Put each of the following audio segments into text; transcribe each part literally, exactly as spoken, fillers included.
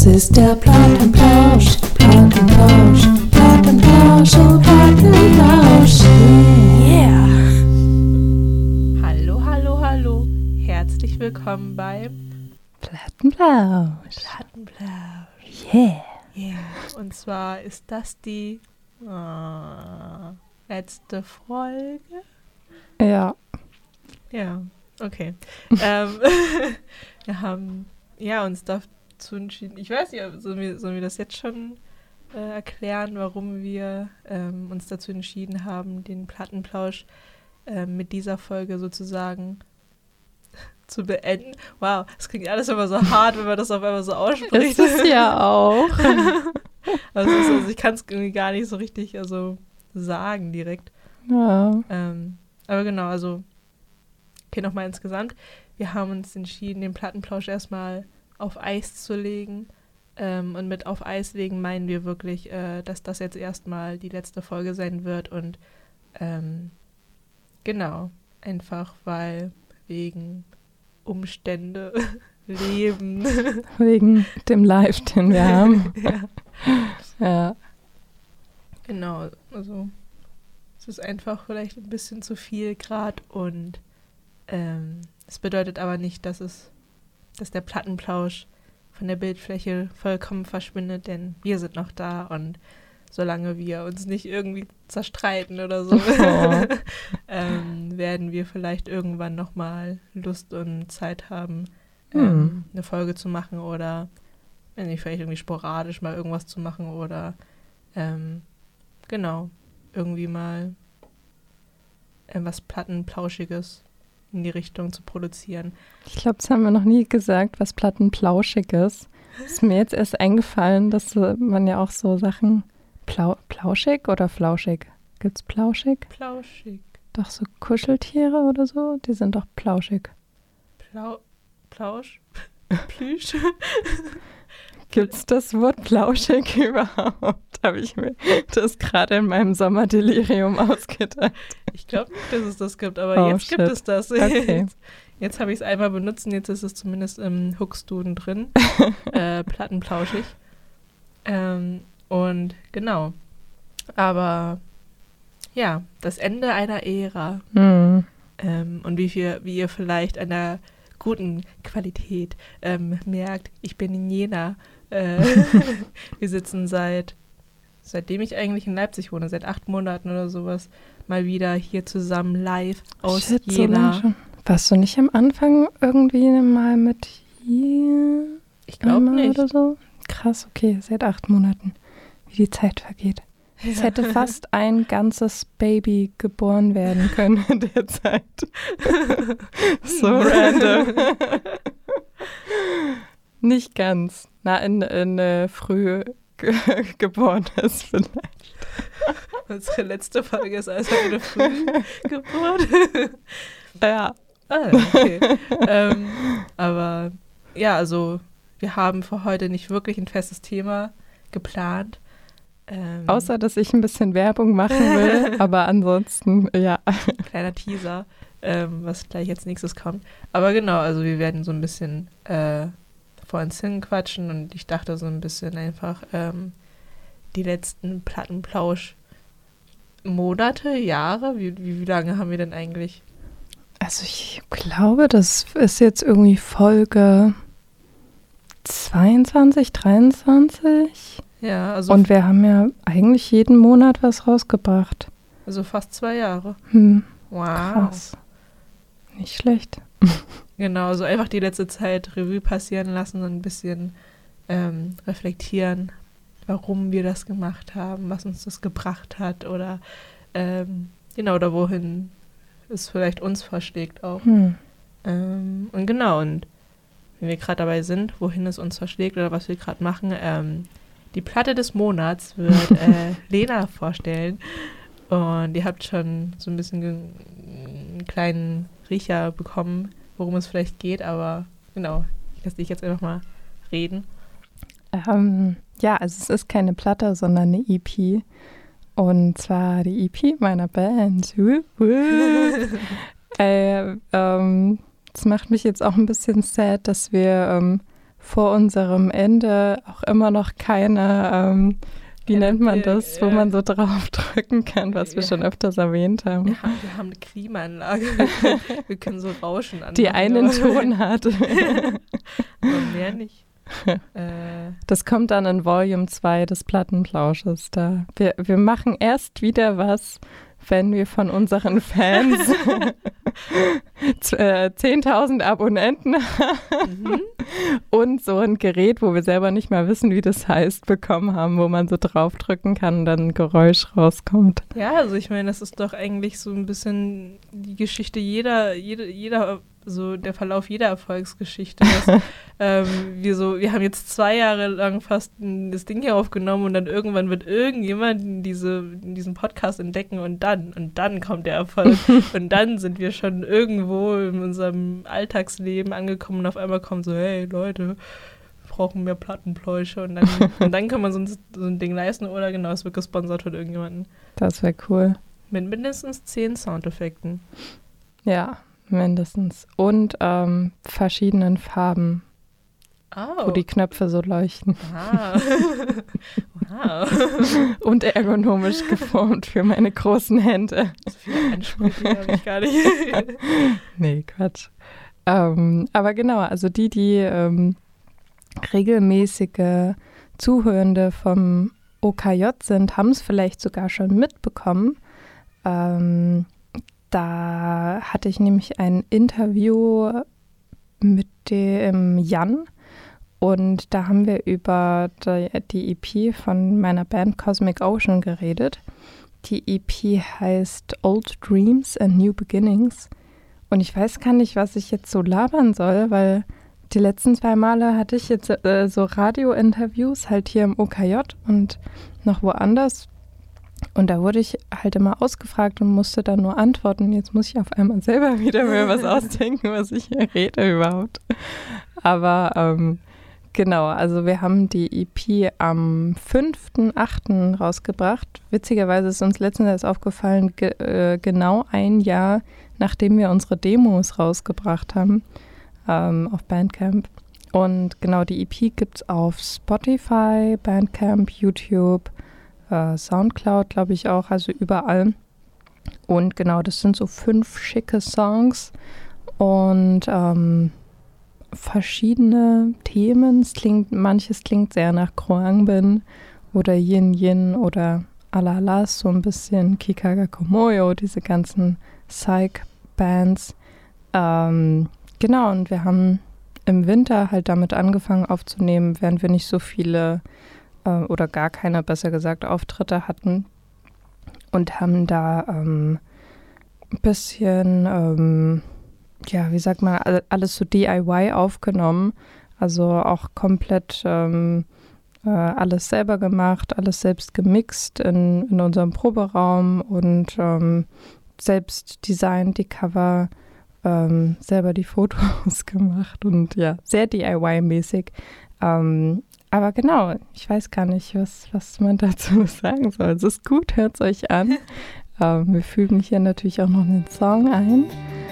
Das ist der Plattenplausch, Plattenplausch, Plattenplausch, oh Plattenplausch, yeah. Hallo, hallo, hallo. Herzlich willkommen beim Plattenplausch. Plattenplausch. Yeah. Yeah. Und zwar ist das die äh, letzte Folge. Ja. Ja, okay. ähm, wir haben ja uns dazu entschieden, ich weiß nicht, sollen wir, sollen wir das jetzt schon äh, erklären, warum wir ähm, uns dazu entschieden haben, den Plattenplausch äh, mit dieser Folge sozusagen zu beenden. Wow, das klingt alles immer so hart, wenn man das auf einmal so ausspricht. Ist es ja auch. also, es ist, also ich kann es irgendwie gar nicht so richtig also sagen direkt. Ja. Ähm, aber genau, also okay, nochmal insgesamt. Wir haben uns entschieden, den Plattenplausch erstmal auf Eis zu legen. Ähm, und mit auf Eis legen meinen wir wirklich, äh, dass das jetzt erstmal die letzte Folge sein wird. Und ähm, genau, einfach weil wegen Umstände, Leben. Wegen dem Live, den wir haben. ja. Ja. Genau, also es ist einfach vielleicht ein bisschen zu viel Grad und ähm, es bedeutet aber nicht, dass es, dass der Plattenplausch von der Bildfläche vollkommen verschwindet, denn wir sind noch da und solange wir uns nicht irgendwie zerstreiten oder so, Oh. ähm, werden wir vielleicht irgendwann nochmal Lust und Zeit haben, Hm. ähm, eine Folge zu machen oder, wenn nicht, vielleicht irgendwie sporadisch mal irgendwas zu machen oder ähm, genau, irgendwie mal etwas Plattenplauschiges in die Richtung zu produzieren. Ich glaube, das haben wir noch nie gesagt, was Plattenplauschig ist. Ist mir jetzt erst eingefallen, dass äh, man ja auch so Sachen Plau plauschig oder flauschig? Gibt's plauschig? Plauschig. Doch so Kuscheltiere oder so, die sind doch plauschig. Plau Plausch? Plüsch? Gibt's das Wort plauschig überhaupt? Habe ich mir das gerade in meinem Sommerdelirium ausgedacht. Ich glaube nicht, dass es das gibt, aber Oh, jetzt shit. gibt es das. Okay. Jetzt, jetzt habe ich es einmal benutzt und jetzt ist es zumindest im Hooks-Duden drin. äh, Plattenplauschig. Ähm, und genau. Aber ja, das Ende einer Ära. Hm. Ähm, und wie, viel, wie ihr vielleicht an der guten Qualität ähm, merkt, ich bin in Jena. Äh, wir sitzen seit, seitdem ich eigentlich in Leipzig wohne, seit acht Monaten oder sowas, mal wieder hier zusammen live aus Shit, so lange Jena. schon. Warst du nicht am Anfang irgendwie mal mit hier? Ich glaube einmal nicht. Oder so? Krass, okay, seit acht Monaten. Wie die Zeit vergeht. Es Ja. hätte fast ein ganzes Baby geboren werden können in der Zeit. So random. Nicht ganz. Na, in, in äh, früh ge geboren ist vielleicht. Unsere letzte Folge ist also eine früh Geburt. Ja. Ah, okay. ähm, aber ja, also wir haben für heute nicht wirklich ein festes Thema geplant. Ähm, Außer, dass ich ein bisschen Werbung machen will, aber ansonsten, ja. kleiner Teaser, ähm, was gleich als nächstes kommt. Aber genau, also wir werden so ein bisschen äh, vor uns hin quatschen und ich dachte so ein bisschen einfach ähm, die letzten Plattenplausch-Monate, Jahre, wie, wie, wie lange haben wir denn eigentlich? Also ich glaube, das ist jetzt irgendwie Folge zweiundzwanzig, dreiundzwanzig. Ja, also, Und wir haben ja eigentlich jeden Monat was rausgebracht. also fast zwei Jahre. Hm, Wow. krass. Nicht schlecht. Genau, so einfach die letzte Zeit Revue passieren lassen und ein bisschen ähm, reflektieren, warum wir das gemacht haben, was uns das gebracht hat oder ähm, genau, oder wohin es vielleicht uns verschlägt auch. Hm. Ähm, und genau, und wenn wir gerade dabei sind, wohin es uns verschlägt oder was wir gerade machen, ähm, die Platte des Monats wird äh, Lena vorstellen. Und ihr habt schon so ein bisschen ge- einen kleinen Riecher bekommen, worum es vielleicht geht, aber genau, ich lasse dich jetzt einfach mal reden. Ähm, ja, also es ist keine Platte, sondern eine E P. Und zwar die E P meiner Band. Wup, wup. äh, ähm, das macht mich jetzt auch ein bisschen sad, dass wir ähm, vor unserem Ende auch immer noch keine, ähm, wie Ja, nennt man wir- das, wo äh, man so drauf drücken kann, was wir ja. schon öfters erwähnt haben. Wir haben, wir haben eine Klimaanlage. Wir können, wir können so Rauschen anmachen. Die einen aber- Ton hat. aber mehr nicht. äh, Das kommt dann in Volume zwei des Plattenplausches. Da. Wir, wir machen erst wieder was, wenn wir von unseren Fans z- äh, zehntausend Abonnenten mhm. und so ein Gerät, wo wir selber nicht mal wissen, wie das heißt, bekommen haben, wo man so draufdrücken kann und dann ein Geräusch rauskommt. Ja, also ich meine, das ist doch eigentlich so ein bisschen die Geschichte jeder, jeder, jeder, so der Verlauf jeder Erfolgsgeschichte. Dass, ähm, wir so, wir haben jetzt zwei Jahre lang fast ein- das Ding hier aufgenommen und dann irgendwann wird irgendjemand diese, diesen Podcast entdecken und dann, und dann kommt der Erfolg. Und dann sind wir schon irgendwo in unserem Alltagsleben angekommen und auf einmal kommt so, hey Leute, wir brauchen mehr Plattenpläusche und dann, und dann kann man so ein, so ein Ding leisten oder genau, es wird gesponsert von irgendjemandem. Das wäre cool. Mit mindestens zehn Soundeffekten. Ja, mindestens. Und ähm, verschiedenen Farben, Oh. wo die Knöpfe so leuchten. Ah. Wow. Und ergonomisch geformt für meine großen Hände. So viele Ansprüche habe ich gar nicht. Nee, Quatsch. Ähm, aber genau, also die, die ähm, regelmäßige Zuhörende vom O K J sind, haben es vielleicht sogar schon mitbekommen. Ähm, da hatte ich nämlich ein Interview mit dem Jan und da haben wir über die, die E P von meiner Band Cosmic Ocean geredet. Die E P heißt Old Dreams and New Beginnings. Und ich weiß gar nicht, was ich jetzt so labern soll, weil die letzten zwei Male hatte ich jetzt äh, so Radio-Interviews halt hier im O K J und noch woanders. Und da wurde ich halt immer ausgefragt und musste dann nur antworten. Jetzt muss ich auf einmal selber wieder mir was ausdenken, was ich hier rede überhaupt. Aber ähm, genau, also wir haben die E P am fünften achten rausgebracht. Witzigerweise ist uns letztens erst aufgefallen, ge äh, genau ein Jahr, nachdem wir unsere Demos rausgebracht haben ähm, auf Bandcamp. Und genau, die E P gibt es auf Spotify, Bandcamp, YouTube, äh, Soundcloud, glaube ich auch, also überall. Und genau, das sind so fünf schicke Songs und ähm, verschiedene Themen. Es klingt, manches klingt sehr nach Khruangbin oder Yin Yin oder Alalas, so ein bisschen Kikaga Komoyo, diese ganzen Psych-Bands. Ähm, genau, und wir haben im Winter halt damit angefangen aufzunehmen, während wir nicht so viele äh, oder gar keine, besser gesagt, Auftritte hatten und haben da ähm, ein bisschen, ähm, ja, wie sagt man, alles so D I Y aufgenommen, also auch komplett ähm, äh, alles selber gemacht, alles selbst gemixt in, in unserem Proberaum und ähm, selbst designt, die Cover, ähm, selber die Fotos gemacht und ja, sehr D I Y-mäßig. Ähm, aber genau, ich weiß gar nicht, was, was man dazu sagen soll. Es ist gut, hört es euch an. ähm, wir fügen hier natürlich auch noch einen Song ein.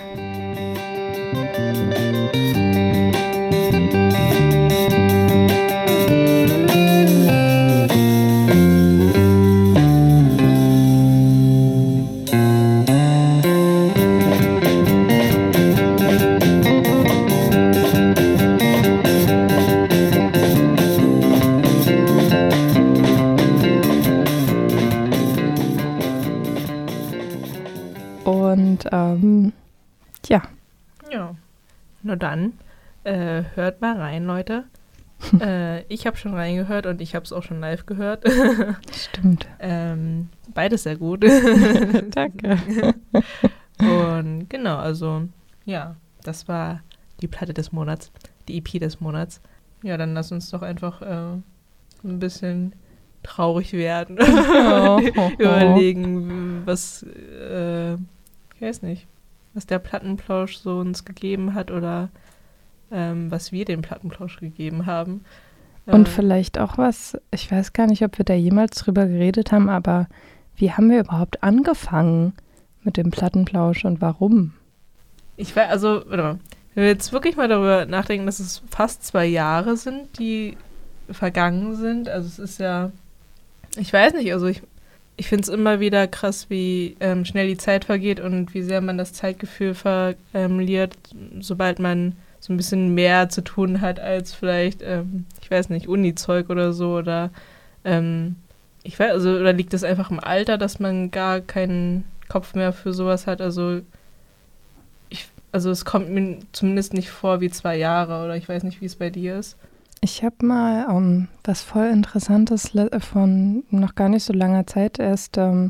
Und ähm, ja. Ja, nur dann, äh, hört mal rein, Leute. äh, ich habe schon reingehört und ich habe es auch schon live gehört. Stimmt. ähm, beides sehr gut. Danke. Und genau, also ja, das war die Platte des Monats, die E P des Monats. Ja, dann lass uns doch einfach äh, ein bisschen traurig werden. Oh, oh, oh. Überlegen, was, äh, ich weiß nicht, was der Plattenplausch so uns gegeben hat oder ähm, was wir dem Plattenplausch gegeben haben. Und Äh, vielleicht auch was, ich weiß gar nicht, ob wir da jemals drüber geredet haben, aber wie haben wir überhaupt angefangen mit dem Plattenplausch und warum? Ich weiß, also, warte mal, wenn wir jetzt wirklich mal darüber nachdenken, dass es fast zwei Jahre sind, die vergangen sind, also es ist ja, ich weiß nicht, also ich, ich finde es immer wieder krass, wie ähm, schnell die Zeit vergeht und wie sehr man das Zeitgefühl verliert, sobald man so ein bisschen mehr zu tun hat als vielleicht, ähm, ich weiß nicht, Uni-Zeug oder so oder ähm, ich weiß, also oder liegt es einfach im Alter, dass man gar keinen Kopf mehr für sowas hat, also ich, also es kommt mir zumindest nicht vor wie zwei Jahre oder ich weiß nicht, wie es bei dir ist. Ich habe mal um, was voll Interessantes le- von noch gar nicht so langer Zeit erst ähm,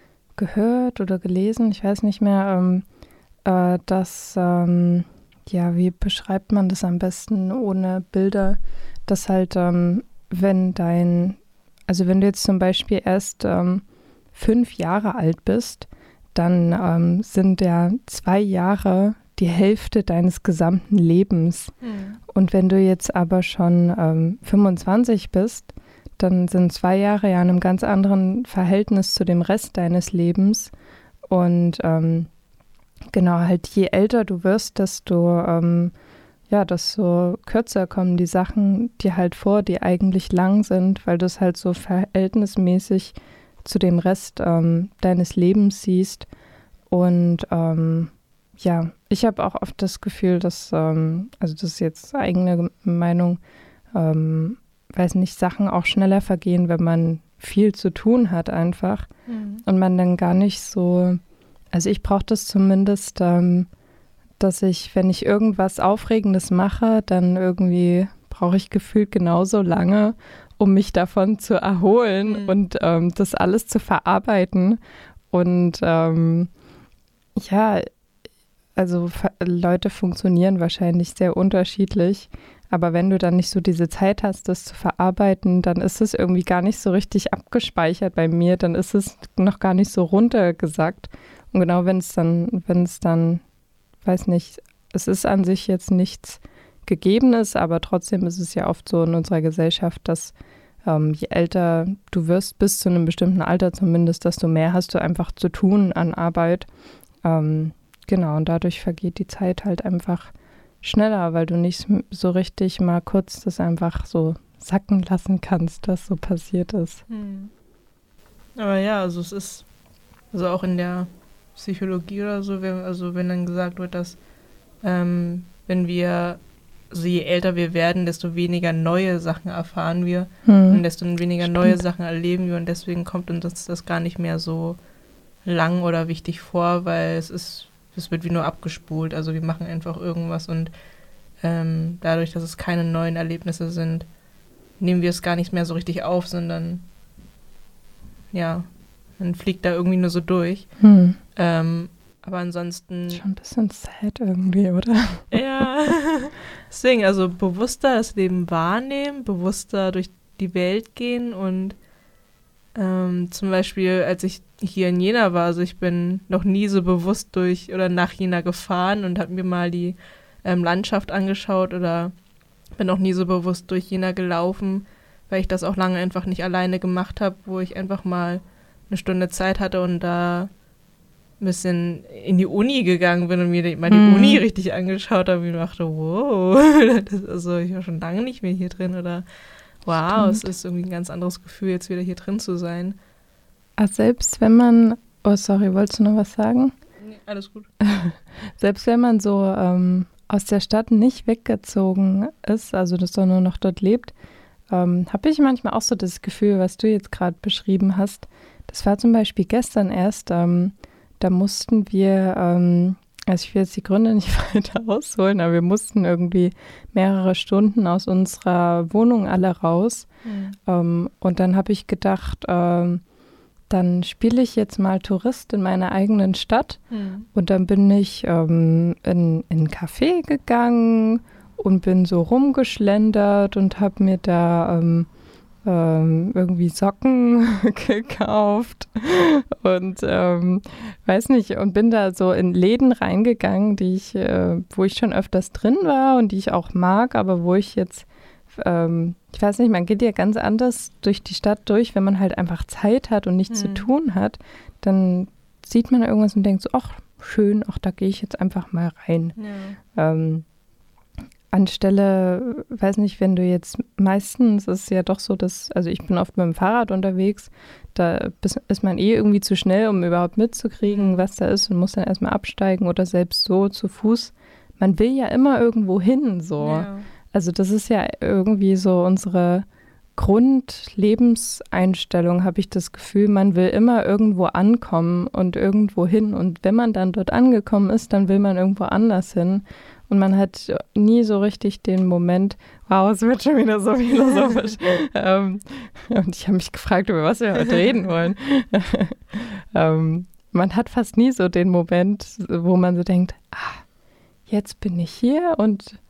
gehört oder gelesen, ich weiß nicht mehr, ähm, äh, dass, ähm, ja, wie beschreibt man das am besten ohne Bilder, dass halt, ähm, wenn dein, also wenn du jetzt zum Beispiel erst ähm, fünf Jahre alt bist, dann ähm, sind ja zwei Jahre die Hälfte deines gesamten Lebens. Mhm. Und wenn du jetzt aber schon ähm, fünfundzwanzig bist, dann sind zwei Jahre ja in einem ganz anderen Verhältnis zu dem Rest deines Lebens. Und ähm, genau, halt je älter du wirst, desto ähm, ja, desto kürzer kommen die Sachen dir halt vor, die eigentlich lang sind, weil du es halt so verhältnismäßig zu dem Rest ähm, deines Lebens siehst. Und ähm, ja, ich habe auch oft das Gefühl, dass, ähm, also das ist jetzt eigene Meinung, ähm, weiß nicht, Sachen auch schneller vergehen, wenn man viel zu tun hat einfach Mhm. und man dann gar nicht so, also ich brauche das zumindest, ähm, dass ich, wenn ich irgendwas Aufregendes mache, dann irgendwie brauche ich gefühlt genauso lange, um mich davon zu erholen Mhm. und ähm, das alles zu verarbeiten und ähm, ja, also fa- Leute funktionieren wahrscheinlich sehr unterschiedlich, aber wenn du dann nicht so diese Zeit hast, das zu verarbeiten, dann ist es irgendwie gar nicht so richtig abgespeichert bei mir, dann ist es noch gar nicht so runtergesackt. Und genau wenn es dann, wenn es dann, weiß nicht, es ist an sich jetzt nichts Gegebenes, aber trotzdem ist es ja oft so in unserer Gesellschaft, dass ähm, je älter du wirst, bis zu einem bestimmten Alter zumindest, desto mehr hast du einfach zu tun an Arbeit. Ähm, genau, und dadurch vergeht die Zeit halt einfach schneller, weil du nicht so richtig mal kurz das einfach so sacken lassen kannst, was so passiert ist. Mhm. Aber ja, also es ist, also auch in der Psychologie oder so, wenn, also wenn dann gesagt wird, dass ähm, wenn wir, also je älter wir werden, desto weniger neue Sachen erfahren wir und Hm. desto weniger Stimmt. neue Sachen erleben wir und deswegen kommt uns das, das gar nicht mehr so lang oder wichtig vor, weil es ist, es wird wie nur abgespult, also wir machen einfach irgendwas und ähm, dadurch, dass es keine neuen Erlebnisse sind, nehmen wir es gar nicht mehr so richtig auf, sondern ja, man fliegt da irgendwie nur so durch. Hm. Ähm, aber ansonsten, Schon ein bisschen sad irgendwie, oder? ja, deswegen, also bewusster das Leben wahrnehmen, bewusster durch die Welt gehen und ähm, zum Beispiel, als ich hier in Jena war, also ich bin noch nie so bewusst durch oder nach Jena gefahren und habe mir mal die ähm, Landschaft angeschaut oder bin noch nie so bewusst durch Jena gelaufen, weil ich das auch lange einfach nicht alleine gemacht habe, wo ich einfach mal eine Stunde Zeit hatte und da ein bisschen in die Uni gegangen bin und mir die, mal die Mhm. Uni richtig angeschaut habe und mir dachte, wow, das, also ich war schon lange nicht mehr hier drin oder wow, Stimmt. es ist irgendwie ein ganz anderes Gefühl, jetzt wieder hier drin zu sein. Ach, selbst wenn man, oh sorry, wolltest du noch was sagen? Nee, alles gut. Selbst wenn man so ähm, aus der Stadt nicht weggezogen ist, also dass er nur noch dort lebt, ähm, habe ich manchmal auch so das Gefühl, was du jetzt gerade beschrieben hast. Das war zum Beispiel gestern erst, ähm, da mussten wir, ähm, also ich will jetzt die Gründe nicht weiter ausholen, aber wir mussten irgendwie mehrere Stunden aus unserer Wohnung alle raus. Mhm. Ähm, und dann habe ich gedacht, ähm, dann spiele ich jetzt mal Tourist in meiner eigenen Stadt. Mhm. Und dann bin ich ähm, in, in ein Café gegangen und bin so rumgeschlendert und habe mir da ähm, ähm, irgendwie Socken gekauft und ähm, weiß nicht, und bin da so in Läden reingegangen, die ich, äh, wo ich schon öfters drin war und die ich auch mag, aber wo ich jetzt, ähm, ich weiß nicht, man geht ja ganz anders durch die Stadt durch, wenn man halt einfach Zeit hat und nichts zu Mhm. tun hat, dann sieht man irgendwas und denkt so, ach, schön, ach, da gehe ich jetzt einfach mal rein. Ja. Ähm, anstelle, weiß nicht, wenn du jetzt meistens ist es ja doch so, dass, also ich bin oft mit dem Fahrrad unterwegs, da bis- ist man eh irgendwie zu schnell, um überhaupt mitzukriegen, was da ist und muss dann erstmal absteigen oder selbst so zu Fuß. Man will ja immer irgendwo hin, so. Ja. Also das ist ja irgendwie so unsere Grundlebenseinstellung, habe ich das Gefühl, man will immer irgendwo ankommen und irgendwo hin. Und wenn man dann dort angekommen ist, dann will man irgendwo anders hin. Und man hat nie so richtig den Moment, wow, es wird schon wieder so philosophisch. ähm, und ich habe mich gefragt, über was wir heute reden wollen. ähm, man hat fast nie so den Moment, wo man so denkt, ah, jetzt bin ich hier und,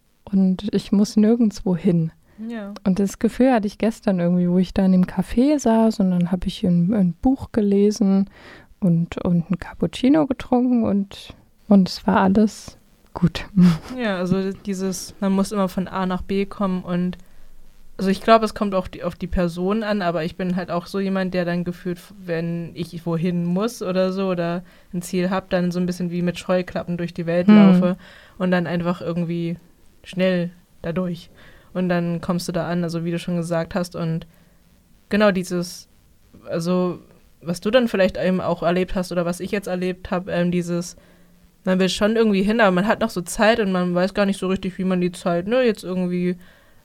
und ich muss nirgendwo hin. Ja. Und das Gefühl hatte ich gestern irgendwie, wo ich da in dem Café saß und dann habe ich ein, ein Buch gelesen und, und ein Cappuccino getrunken und, und es war alles gut. Ja, also dieses, man muss immer von A nach B kommen und also ich glaube, es kommt auch die, auf die Person an, aber ich bin halt auch so jemand, der dann gefühlt, wenn ich wohin muss oder so oder ein Ziel habe, dann so ein bisschen wie mit Scheuklappen durch die Welt Hm. laufe und dann einfach irgendwie schnell dadurch. Und dann kommst du da an, also wie du schon gesagt hast und genau dieses, also was du dann vielleicht eben auch erlebt hast oder was ich jetzt erlebt habe, ähm, dieses, man will schon irgendwie hin, aber man hat noch so Zeit und man weiß gar nicht so richtig, wie man die Zeit, ne, jetzt irgendwie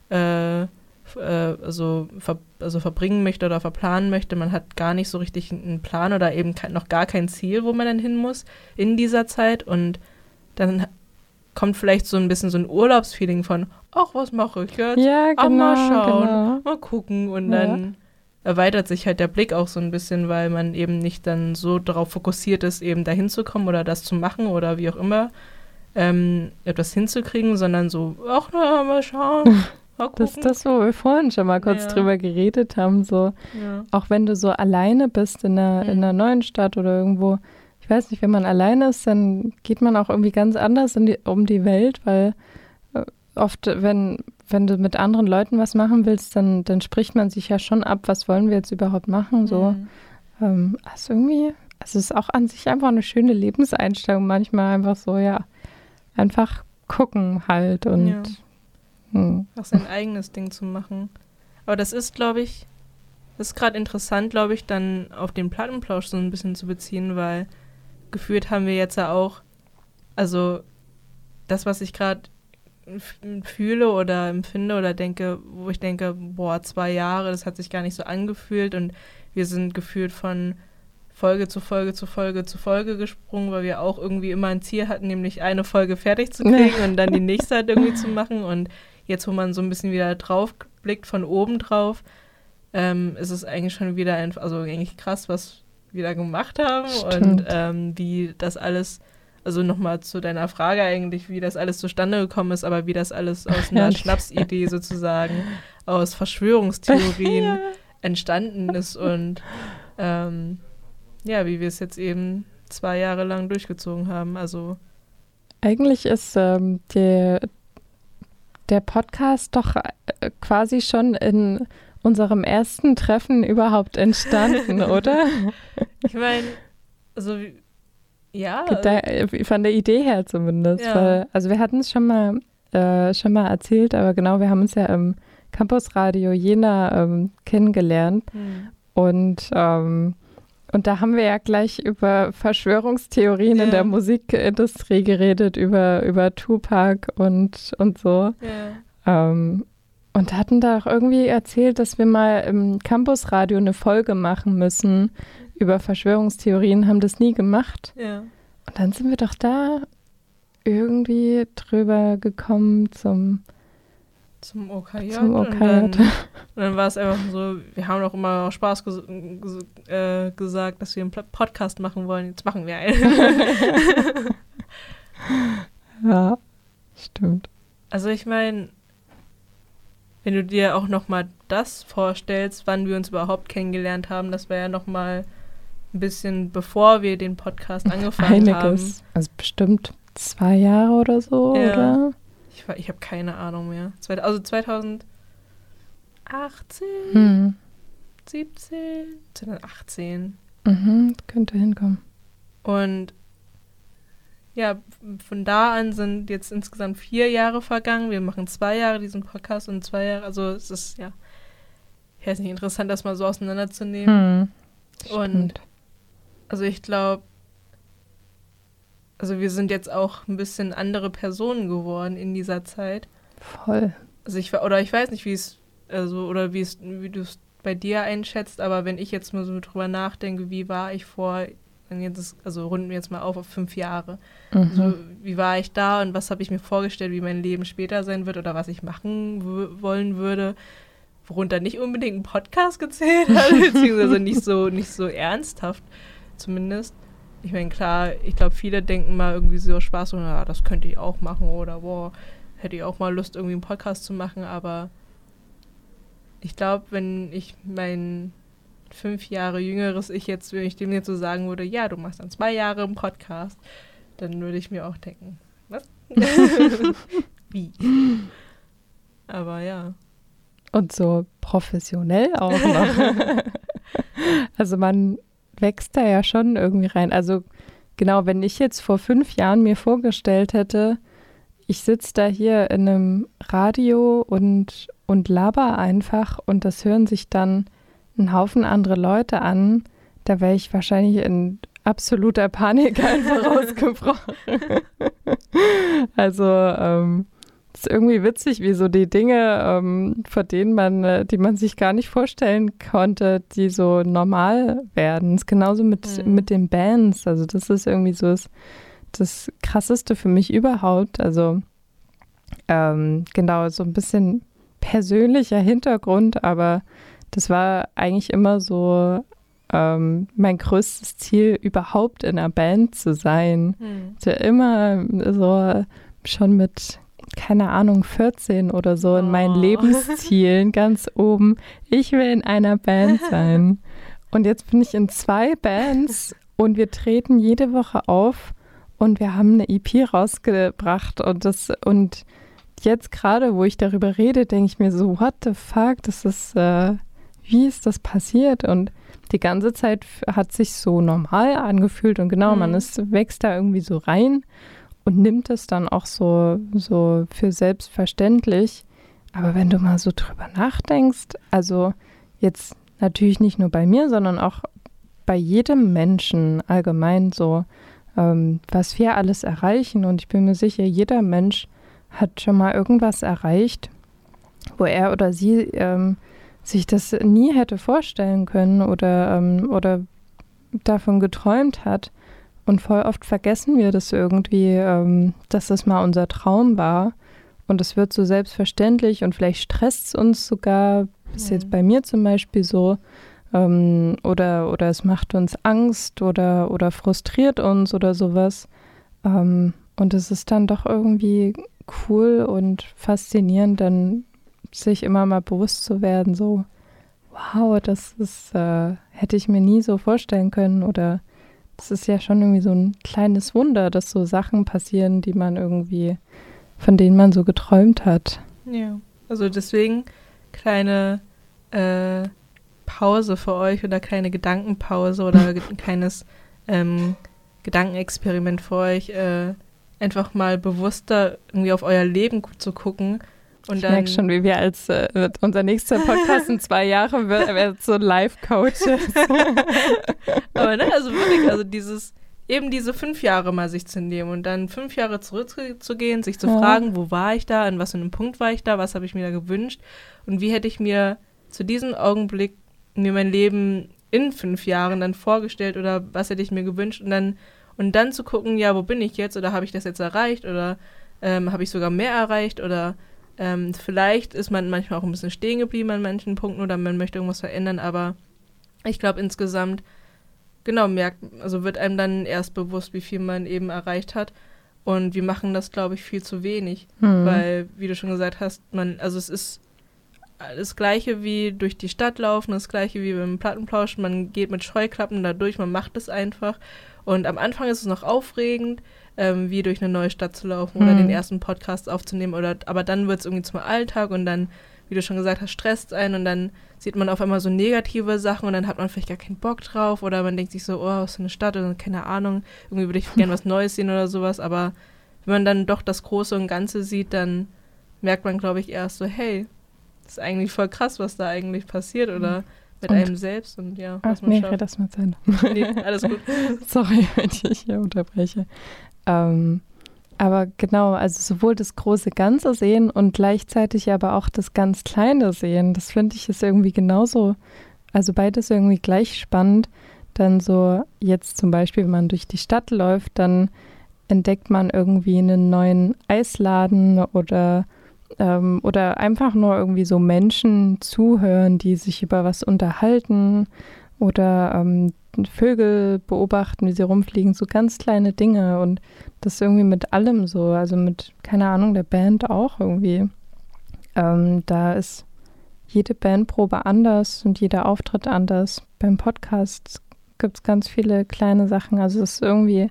äh, f- äh, also, ver also verbringen möchte oder verplanen möchte. Man hat gar nicht so richtig einen Plan oder eben kein, noch gar kein Ziel, wo man dann hin muss in dieser Zeit und dann kommt vielleicht so ein bisschen so ein Urlaubsfeeling von, ach, was mache ich jetzt? Ja, Ach, genau, mal schauen, genau. mal gucken und Ja. dann erweitert sich halt der Blick auch so ein bisschen, weil man eben nicht dann so darauf fokussiert ist, eben dahin zu kommen oder das zu machen oder wie auch immer, ähm, etwas hinzukriegen, sondern so, ach, na, mal schauen, mal gucken. Das ist das, wo wir vorhin schon mal kurz Ja. drüber geredet haben, so Ja. auch wenn du so alleine bist in einer, Mhm. in einer neuen Stadt oder irgendwo, ich weiß nicht, wenn man alleine ist, dann geht man auch irgendwie ganz anders in die, um die Welt, weil äh, oft, wenn, wenn du mit anderen Leuten was machen willst, dann, dann spricht man sich ja schon ab, was wollen wir jetzt überhaupt machen, so. Mhm. Ähm, also irgendwie, also es ist auch an sich einfach eine schöne Lebenseinstellung, manchmal einfach so, ja, einfach gucken halt und Ja. hm. Auch sein eigenes Ding zu machen. Aber das ist, glaube ich, das ist gerade interessant, glaube ich, dann auf den Plattenplausch so ein bisschen zu beziehen, weil gefühlt haben wir jetzt ja auch, also das, was ich gerade f- fühle oder empfinde oder denke, wo ich denke, boah, zwei Jahre, das hat sich gar nicht so angefühlt und wir sind gefühlt von Folge zu Folge zu Folge zu Folge gesprungen, weil wir auch irgendwie immer ein Ziel hatten, nämlich eine Folge fertig zu kriegen und dann die nächste halt irgendwie zu machen und jetzt, wo man so ein bisschen wieder drauf blickt, von oben drauf, ähm, ist es eigentlich schon wieder, ein, also eigentlich krass, was wir da gemacht haben Stimmt. und ähm, wie das alles, also nochmal zu deiner Frage eigentlich, wie das alles zustande gekommen ist, aber wie das alles aus einer Herrlich. Schnapsidee sozusagen, aus Verschwörungstheorien entstanden ist und ähm, ja, wie wir es jetzt eben zwei Jahre lang durchgezogen haben, also Eigentlich ist ähm, der, der Podcast doch äh, quasi schon in unserem ersten Treffen überhaupt entstanden, oder? ich meine, also ja, Da, äh, von der Idee her zumindest. Ja. Weil, also wir hatten es schon mal, äh, schon mal erzählt, aber genau, wir haben uns ja im Campusradio Jena ähm, kennengelernt hm. und ähm, und da haben wir ja gleich über Verschwörungstheorien Ja. in der Musikindustrie geredet, über, über Tupac und, und so. ja. Ähm, und hatten da auch irgendwie erzählt, dass wir mal im Campusradio eine Folge machen müssen über Verschwörungstheorien, haben das nie gemacht. Ja. Und dann sind wir doch da irgendwie drüber gekommen zum, Zum O K J. zum O Und K dann, J. und dann war es einfach so, wir haben doch immer auch Spaß ges ges äh, gesagt, dass wir einen Pl- Podcast machen wollen. Jetzt machen wir einen. Ja, stimmt. Also ich meine, wenn du dir auch noch mal das vorstellst, wann wir uns überhaupt kennengelernt haben, das war ja noch mal ein bisschen bevor wir den Podcast angefangen haben. Einiges. Also bestimmt zwei Jahre oder so, Ja. oder? Ich, war- ich habe keine Ahnung mehr. Zweit- Also zweitausendachtzehn, Hm. siebzehn, zweitausendachtzehn. Mhm, könnte hinkommen. Und ja, von da an sind jetzt insgesamt vier Jahre vergangen. Wir machen zwei Jahre diesen Podcast und zwei Jahre, also es ist, ja, ich weiß nicht, interessant, das mal so auseinanderzunehmen. Hm, und stimmt. also ich glaube, also wir sind jetzt auch ein bisschen andere Personen geworden in dieser Zeit. Voll. Also ich oder ich weiß nicht, wie es, also, oder wie es, wie du es bei dir einschätzt, aber wenn ich jetzt mal so drüber nachdenke, wie war ich vor, dann jetzt ist, also runden wir jetzt mal auf auf fünf Jahre. Mhm. Also, wie war ich da und was habe ich mir vorgestellt, wie mein Leben später sein wird oder was ich machen w- wollen würde, worunter nicht unbedingt ein Podcast gezählt hat, beziehungsweise nicht so, nicht so ernsthaft zumindest. Ich meine, klar, ich glaube, viele denken mal irgendwie so Spaß, so, ja, das könnte ich auch machen oder boah, hätte ich auch mal Lust, irgendwie einen Podcast zu machen, aber ich glaube, wenn ich mein fünf Jahre jüngeres Ich jetzt, wenn ich dem jetzt so sagen würde, ja, du machst dann zwei Jahre einen Podcast, dann würde ich mir auch denken, was? Wie? Aber ja. Und so professionell auch noch. Also man wächst da ja schon irgendwie rein. Also genau, wenn ich jetzt vor fünf Jahren mir vorgestellt hätte, ich sitze da hier in einem Radio und, und laber einfach und das hören sich dann ein Haufen andere Leute an, da wäre ich wahrscheinlich in absoluter Panik einfach ausgebrochen. Also ähm, es ist irgendwie witzig, wie so die Dinge, ähm, vor denen man, äh, die man sich gar nicht vorstellen konnte, die so normal werden. Es ist genauso mit, Mhm. mit den Bands. Also das ist irgendwie so das, das Krasseste für mich überhaupt. Also ähm, genau, so ein bisschen persönlicher Hintergrund, aber das war eigentlich immer so ähm, mein größtes Ziel, überhaupt in einer Band zu sein. Hm. Ich war immer so schon mit, keine Ahnung, vierzehn oder so in meinen Oh. Lebenszielen ganz oben. Ich will in einer Band sein. Und jetzt bin ich in zwei Bands und wir treten jede Woche auf und wir haben eine E P rausgebracht und das und jetzt gerade, wo ich darüber rede, denke ich mir so, what the fuck, das ist, äh, wie ist das passiert? Und die ganze Zeit hat sich so normal angefühlt und genau, Mhm. man ist, wächst da irgendwie so rein und nimmt es dann auch so, so für selbstverständlich. Aber wenn du mal so drüber nachdenkst, also jetzt natürlich nicht nur bei mir, sondern auch bei jedem Menschen allgemein so, ähm, was wir alles erreichen. Und ich bin mir sicher, jeder Mensch hat schon mal irgendwas erreicht, wo er oder sie ähm, sich das nie hätte vorstellen können oder, ähm, oder davon geträumt hat. Und voll oft vergessen wir das irgendwie, ähm, dass das mal unser Traum war. Und es wird so selbstverständlich und vielleicht stresst es uns sogar, ist Mhm. jetzt bei mir zum Beispiel so, ähm, oder, oder es macht uns Angst oder, oder frustriert uns oder sowas. Ähm, und es ist dann doch irgendwie cool und faszinierend, dann sich immer mal bewusst zu werden, so, wow, das ist, äh, hätte ich mir nie so vorstellen können oder das ist ja schon irgendwie so ein kleines Wunder, dass so Sachen passieren, die man irgendwie, von denen man so geträumt hat. Ja, also deswegen kleine äh, Pause für euch oder kleine Gedankenpause oder ein kleines ähm, Gedankenexperiment für euch, äh, einfach mal bewusster irgendwie auf euer Leben gu- zu gucken. Und Ich dann, merke schon, wie wir als äh, unser nächster Podcast in zwei Jahren wird, wird so Life-Coaches. aber ne, also wirklich, also dieses, eben diese fünf Jahre mal sich zu nehmen und dann fünf Jahre zurückzugehen, sich zu Ja. fragen, wo war ich da, an was für einem Punkt war ich da, was habe ich mir da gewünscht und wie hätte ich mir zu diesem Augenblick mir mein Leben in fünf Jahren dann vorgestellt oder was hätte ich mir gewünscht und dann und dann zu gucken, ja, wo bin ich jetzt oder habe ich das jetzt erreicht oder ähm, habe ich sogar mehr erreicht oder ähm, vielleicht ist man manchmal auch ein bisschen stehen geblieben an manchen Punkten oder man möchte irgendwas verändern, aber ich glaube insgesamt, genau, merkt, also wird einem dann erst bewusst, wie viel man eben erreicht hat und wir machen das, glaube ich, viel zu wenig, Hm. weil, wie du schon gesagt hast, man, also es ist das Gleiche wie durch die Stadt laufen, das Gleiche wie beim Plattenplausch, man geht mit Scheuklappen da durch, man macht es einfach und am Anfang ist es noch aufregend, ähm, wie durch eine neue Stadt zu laufen oder Hm. den ersten Podcast aufzunehmen oder, aber dann wird es irgendwie zum Alltag und dann, wie du schon gesagt hast, stresst einen und dann sieht man auf einmal so negative Sachen und dann hat man vielleicht gar keinen Bock drauf oder man denkt sich so, oh, was für eine Stadt oder keine Ahnung, irgendwie würde ich gerne was Neues sehen oder sowas, aber wenn man dann doch das Große und Ganze sieht, dann merkt man, glaube ich, erst so, hey, das ist eigentlich voll krass, was da eigentlich passiert oder mit und einem selbst und ja, was ach, man nee, schafft. das mal sein. Nee, alles gut. Sorry, wenn ich dich hier unterbreche. Ähm, aber genau, also sowohl das große Ganze sehen und gleichzeitig aber auch das ganz Kleine sehen, das finde ich ist irgendwie genauso, also beides irgendwie gleich spannend. Dann so jetzt zum Beispiel, wenn man durch die Stadt läuft, dann entdeckt man irgendwie einen neuen Eisladen oder ähm, oder einfach nur irgendwie so Menschen zuhören, die sich über was unterhalten oder ähm, Vögel beobachten, wie sie rumfliegen, so ganz kleine Dinge und das irgendwie mit allem so, also mit, keine Ahnung, der Band auch irgendwie. Ähm, da ist jede Bandprobe anders und jeder Auftritt anders. Beim Podcast gibt es ganz viele kleine Sachen, also es ist irgendwie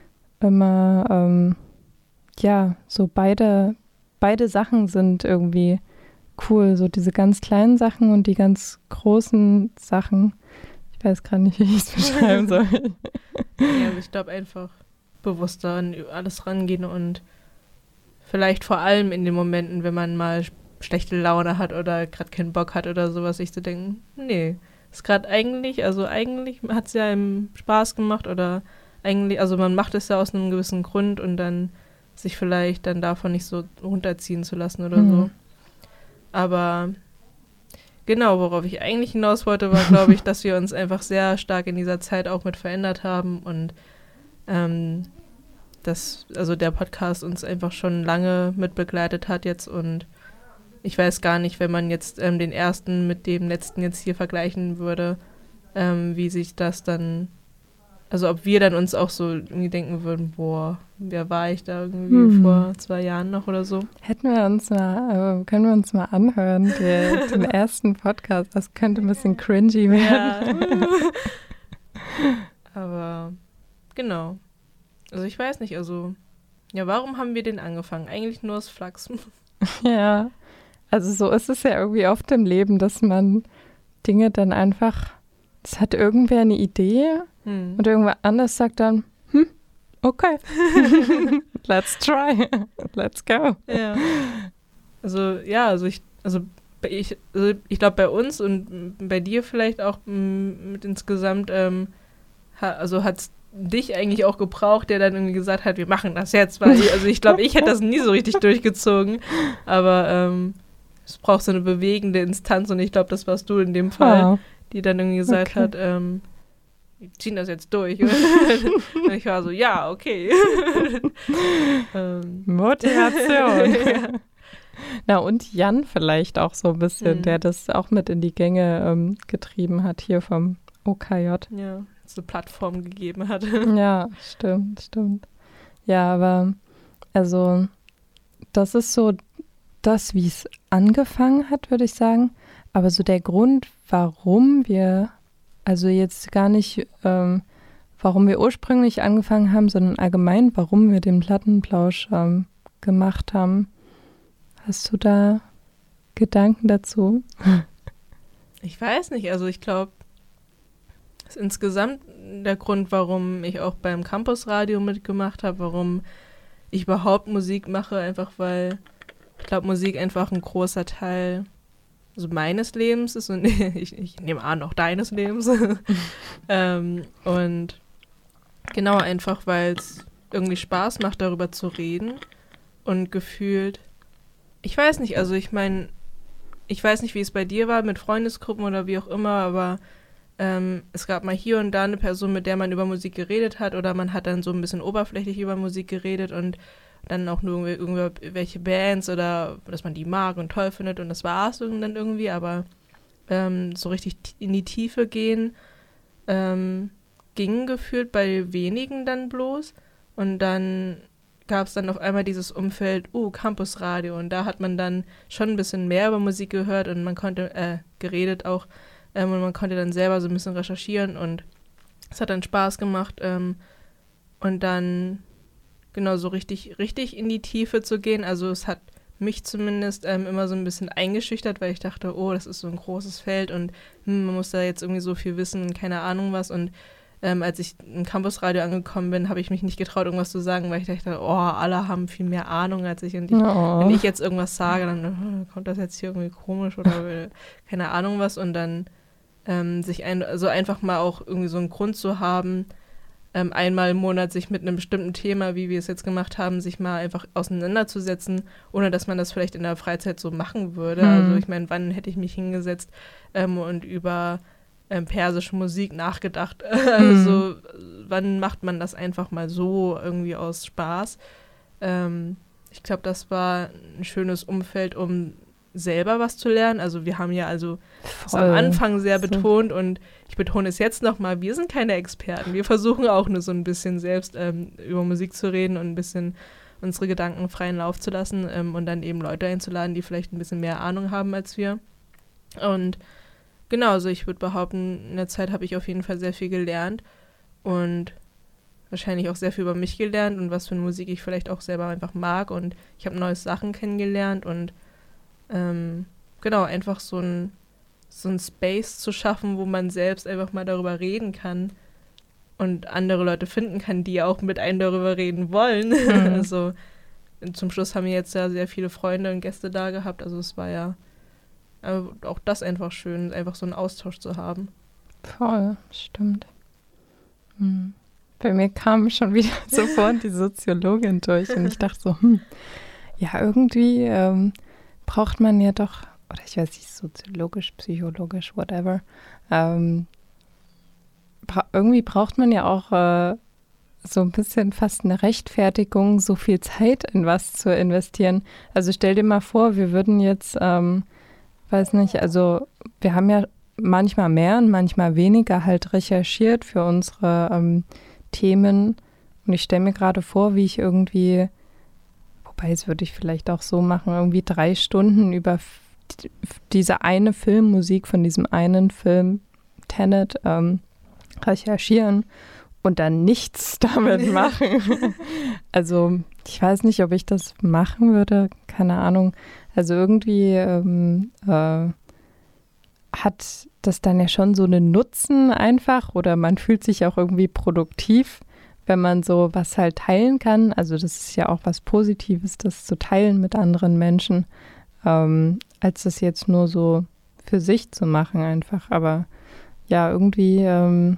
immer, ähm, ja, so beide, beide Sachen sind irgendwie cool, so diese ganz kleinen Sachen und die ganz großen Sachen. Ich weiß gerade nicht, wie ich es beschreiben soll. Ja, also ich glaube einfach bewusster an alles rangehen und vielleicht vor allem in den Momenten, wenn man mal schlechte Laune hat oder gerade keinen Bock hat oder sowas, sich zu denken, nee, ist gerade eigentlich, also eigentlich hat es ja einem Spaß gemacht oder eigentlich, also man macht es ja aus einem gewissen Grund und dann sich vielleicht dann davon nicht so runterziehen zu lassen oder mhm. so. Aber genau, worauf ich eigentlich hinaus wollte, war, glaube ich, dass wir uns einfach sehr stark in dieser Zeit auch mit verändert haben und ähm, dass also der Podcast uns einfach schon lange mit begleitet hat jetzt und ich weiß gar nicht, wenn man jetzt ähm, den ersten mit dem letzten jetzt hier vergleichen würde, ähm, wie sich das dann, also ob wir dann uns auch so irgendwie denken würden, boah, wer war ich da irgendwie hm. vor zwei Jahren noch oder so. Hätten wir uns mal, äh, können wir uns mal anhören, der, den ersten Podcast, das könnte ein bisschen cringy werden. Ja. Aber genau. Also ich weiß nicht, also ja, warum haben wir den angefangen? Eigentlich nur aus Flachs. Ja, also so ist es ja irgendwie oft im Leben, dass man Dinge dann einfach, es hat irgendwer eine Idee hm. und irgendwer anders sagt dann, hm, okay, let's try, let's go. Ja. Also ja, also ich, also ich, also ich glaube bei uns und bei dir vielleicht auch m, mit insgesamt, ähm, ha, also hat es dich eigentlich auch gebraucht, der dann irgendwie gesagt hat, wir machen das jetzt, weil ich, also ich glaube, ich hätte das nie so richtig durchgezogen, aber ähm, es braucht so eine bewegende Instanz und ich glaube, das warst du in dem Fall, oh. die dann irgendwie gesagt okay. hat, ähm, wir ziehen das jetzt durch. Und ich war so, ja, okay. ähm. Motivation. Ja. Na und Jan vielleicht auch so ein bisschen, mhm. der das auch mit in die Gänge ähm, getrieben hat hier vom O K J. Ja, so Plattform gegeben hat. Ja, stimmt, stimmt. Ja, aber also das ist so das, wie es angefangen hat, würde ich sagen. Aber so der Grund, warum wir, also jetzt gar nicht, ähm, warum wir ursprünglich angefangen haben, sondern allgemein, warum wir den Plattenplausch ähm, gemacht haben. Hast du da Gedanken dazu? Ich weiß nicht, also ich glaube, das ist insgesamt der Grund, warum ich auch beim Campusradio mitgemacht habe, warum ich überhaupt Musik mache, einfach weil ich glaube, Musik einfach ein großer Teil also meines Lebens ist und ich, ich nehme an, auch deines Lebens. ähm, und genau, einfach weil es irgendwie Spaß macht, darüber zu reden und gefühlt, ich weiß nicht, also ich meine, ich weiß nicht, wie es bei dir war mit Freundesgruppen oder wie auch immer, aber ähm, es gab mal hier und da eine Person, mit der man über Musik geredet hat oder man hat dann so ein bisschen oberflächlich über Musik geredet und dann auch nur irgendwelche Bands oder dass man die mag und toll findet und das war es dann irgendwie, aber ähm, so richtig in die Tiefe gehen ähm, ging gefühlt bei wenigen dann bloß und dann gab es dann auf einmal dieses Umfeld, uh, Campusradio und da hat man dann schon ein bisschen mehr über Musik gehört und man konnte, äh, geredet auch ähm, und man konnte dann selber so ein bisschen recherchieren und es hat dann Spaß gemacht ähm, und dann genau so richtig, richtig in die Tiefe zu gehen. Also es hat mich zumindest ähm, immer so ein bisschen eingeschüchtert, weil ich dachte, oh, das ist so ein großes Feld und hm, man muss da jetzt irgendwie so viel wissen und keine Ahnung was. Und ähm, als ich im Campusradio angekommen bin, habe ich mich nicht getraut, irgendwas zu sagen, weil ich dachte, oh, alle haben viel mehr Ahnung als ich. Und ich, Oh. wenn ich jetzt irgendwas sage, dann äh, kommt das jetzt hier irgendwie komisch oder äh, keine Ahnung was. Und dann ähm, sich ein, also einfach mal auch irgendwie so einen Grund zu haben, ähm, einmal im Monat sich mit einem bestimmten Thema, wie wir es jetzt gemacht haben, sich mal einfach auseinanderzusetzen, ohne dass man das vielleicht in der Freizeit so machen würde. Mhm. Also ich meine, wann hätte ich mich hingesetzt ähm, und über ähm, persische Musik nachgedacht? Also wann macht man das einfach mal so irgendwie aus Spaß? Ähm, ich glaube, das war ein schönes Umfeld, um selber was zu lernen. Also wir haben ja also das am Anfang sehr So. betont und ich betone es jetzt nochmal, wir sind keine Experten. Wir versuchen auch nur so ein bisschen selbst ähm, über Musik zu reden und ein bisschen unsere Gedanken freien Lauf zu lassen ähm, und dann eben Leute einzuladen, die vielleicht ein bisschen mehr Ahnung haben als wir. Und genau, also ich würde behaupten, in der Zeit habe ich auf jeden Fall sehr viel gelernt und wahrscheinlich auch sehr viel über mich gelernt und was für eine Musik ich vielleicht auch selber einfach mag und ich habe neue Sachen kennengelernt und ähm, genau, einfach so ein, so ein Space zu schaffen, wo man selbst einfach mal darüber reden kann und andere Leute finden kann, die auch mit einem darüber reden wollen. Mhm. Also zum Schluss haben wir jetzt ja sehr viele Freunde und Gäste da gehabt, also es war ja äh, auch das einfach schön, einfach so einen Austausch zu haben. Voll, stimmt. Hm. Bei mir kam schon wieder sofort die Soziologin durch und ich dachte so, hm, ja, irgendwie ähm, braucht man ja doch, oder ich weiß nicht, soziologisch, psychologisch, whatever, ähm, bra- irgendwie braucht man ja auch äh, so ein bisschen fast eine Rechtfertigung, so viel Zeit in was zu investieren. Also stell dir mal vor, wir würden jetzt, ähm, weiß nicht, also wir haben ja manchmal mehr und manchmal weniger halt recherchiert für unsere ähm, Themen und ich stelle mir gerade vor, wie ich irgendwie, wobei das würde ich vielleicht auch so machen, irgendwie drei Stunden über f- diese eine Filmmusik von diesem einen Film Tenet ähm, recherchieren und dann nichts damit machen. Also ich weiß nicht, ob ich das machen würde, keine Ahnung. Also irgendwie ähm, äh, hat das dann ja schon so einen Nutzen einfach oder man fühlt sich auch irgendwie produktiv, wenn man so was halt teilen kann. Also das ist ja auch was Positives, das zu teilen mit anderen Menschen, ähm, als das jetzt nur so für sich zu machen einfach. Aber ja, irgendwie, ähm,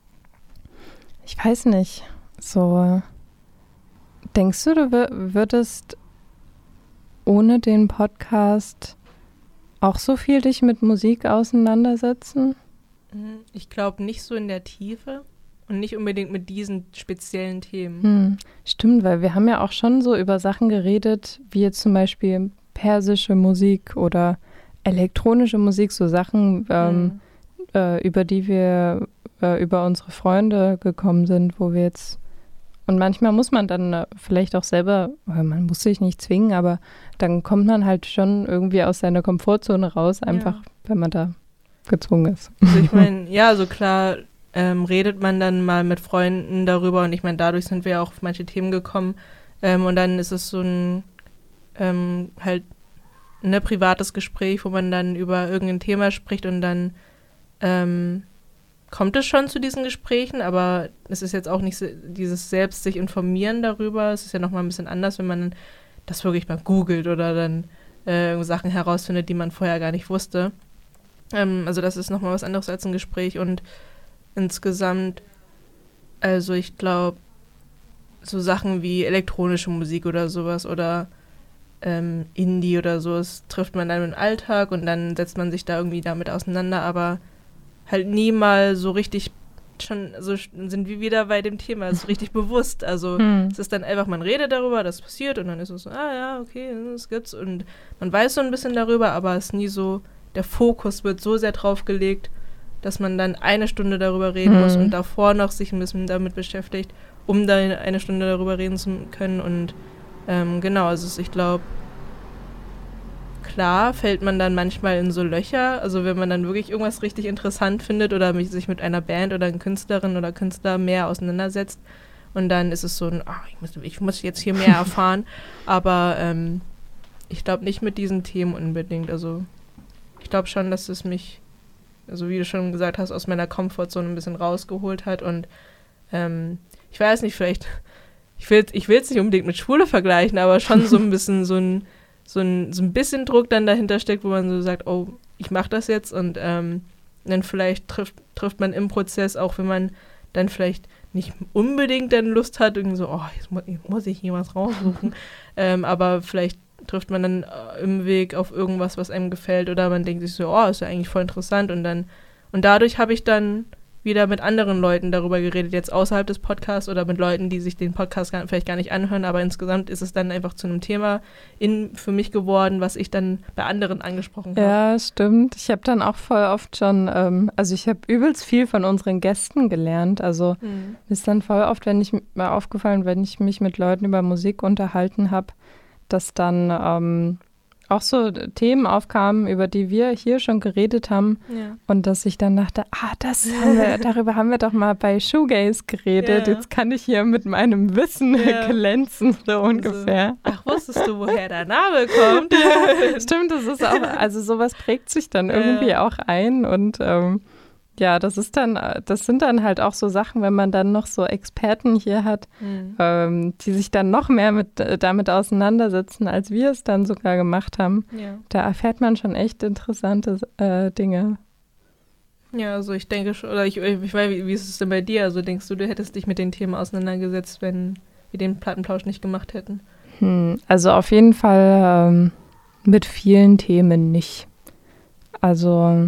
ich weiß nicht, so denkst du, du wür- würdest ohne den Podcast auch so viel dich mit Musik auseinandersetzen? Ich glaube nicht so in der Tiefe und nicht unbedingt mit diesen speziellen Themen. Hm, stimmt, weil wir haben ja auch schon so über Sachen geredet, wie jetzt zum Beispiel persische Musik oder elektronische Musik, so Sachen, ähm, Mhm. äh, über die wir äh, über unsere Freunde gekommen sind, wo wir jetzt und manchmal muss man dann äh, vielleicht auch selber, oder man muss sich nicht zwingen, aber dann kommt man halt schon irgendwie aus seiner Komfortzone raus, einfach Ja. wenn man da gezwungen ist. Also ich meine, ja, so klar ähm, redet man dann mal mit Freunden darüber und ich meine, dadurch sind wir auch auf manche Themen gekommen ähm, und dann ist es so ein ähm, halt ein privates Gespräch, wo man dann über irgendein Thema spricht und dann ähm, kommt es schon zu diesen Gesprächen, aber es ist jetzt auch nicht so, dieses selbst sich informieren darüber. Es ist ja nochmal ein bisschen anders, wenn man das wirklich mal googelt oder dann äh, Sachen herausfindet, die man vorher gar nicht wusste. Ähm, also das ist nochmal was anderes als ein Gespräch und insgesamt, also ich glaube, so Sachen wie elektronische Musik oder sowas oder ähm, Indie oder so, das trifft man dann im Alltag und dann setzt man sich da irgendwie damit auseinander, aber halt nie mal so richtig schon, so sind wir wieder bei dem Thema, so richtig bewusst. Also Hm. es ist dann einfach, man redet darüber, das passiert und dann ist es so, ah ja, okay, das gibt's und man weiß so ein bisschen darüber, aber es ist nie so, der Fokus wird so sehr drauf gelegt, dass man dann eine Stunde darüber reden Hm. muss und davor noch sich ein bisschen damit beschäftigt, um dann eine Stunde darüber reden zu können und ähm, genau, also ich glaube, klar fällt man dann manchmal in so Löcher, also wenn man dann wirklich irgendwas richtig interessant findet oder mich, sich mit einer Band oder einer Künstlerin oder Künstler mehr auseinandersetzt und dann ist es so ein, ach, ich muss, ich muss jetzt hier mehr erfahren, aber ähm, ich glaube nicht mit diesen Themen unbedingt. Also ich glaube schon, dass es mich, also wie du schon gesagt hast, aus meiner Komfortzone ein bisschen rausgeholt hat. Und ähm, ich weiß nicht, vielleicht, ich will ich will es nicht unbedingt mit Schwule vergleichen, aber schon so ein bisschen so ein, so ein, so ein bisschen Druck dann dahinter steckt, wo man so sagt, oh, ich mache das jetzt. Und ähm, dann vielleicht trifft, trifft man im Prozess, auch wenn man dann vielleicht nicht unbedingt dann Lust hat, irgendwie so, oh, jetzt muss, muss ich hier was raussuchen. ähm, aber vielleicht trifft man dann äh, im Weg auf irgendwas, was einem gefällt, oder man denkt sich so, oh, ist ja eigentlich voll interessant. Und dann, und dadurch habe ich dann wieder mit anderen Leuten darüber geredet, jetzt außerhalb des Podcasts oder mit Leuten, die sich den Podcast gar, vielleicht gar nicht anhören, aber insgesamt ist es dann einfach zu einem Thema in, für mich geworden, was ich dann bei anderen angesprochen habe. Ja, stimmt. Ich habe dann auch voll oft schon, ähm, also ich habe übelst viel von unseren Gästen gelernt. Also Mhm. mir ist dann voll oft, wenn ich mal aufgefallen, wenn ich mich mit Leuten über Musik unterhalten habe, dass dann ähm, auch so Themen aufkamen, über die wir hier schon geredet haben. Ja. Und dass ich dann dachte, ah, das haben wir, darüber haben wir doch mal bei Shoegaze geredet. Ja. Jetzt kann ich hier mit meinem Wissen Ja. glänzen, so ungefähr. Also, ach, wusstest du, woher der Name kommt? Stimmt, das ist auch, also sowas prägt sich dann Ja. irgendwie auch ein. Und ähm, ja, das ist dann, das sind dann halt auch so Sachen, wenn man dann noch so Experten hier hat, Mhm. ähm, die sich dann noch mehr mit, äh, damit auseinandersetzen, als wir es dann sogar gemacht haben. Ja. Da erfährt man schon echt interessante äh, Dinge. Ja, also ich denke schon, oder ich, ich weiß, wie, wie ist es denn bei dir? Also denkst du, du hättest dich mit den Themen auseinandergesetzt, wenn wir den Plattenplausch nicht gemacht hätten? Hm, also auf jeden Fall ähm, mit vielen Themen nicht. Also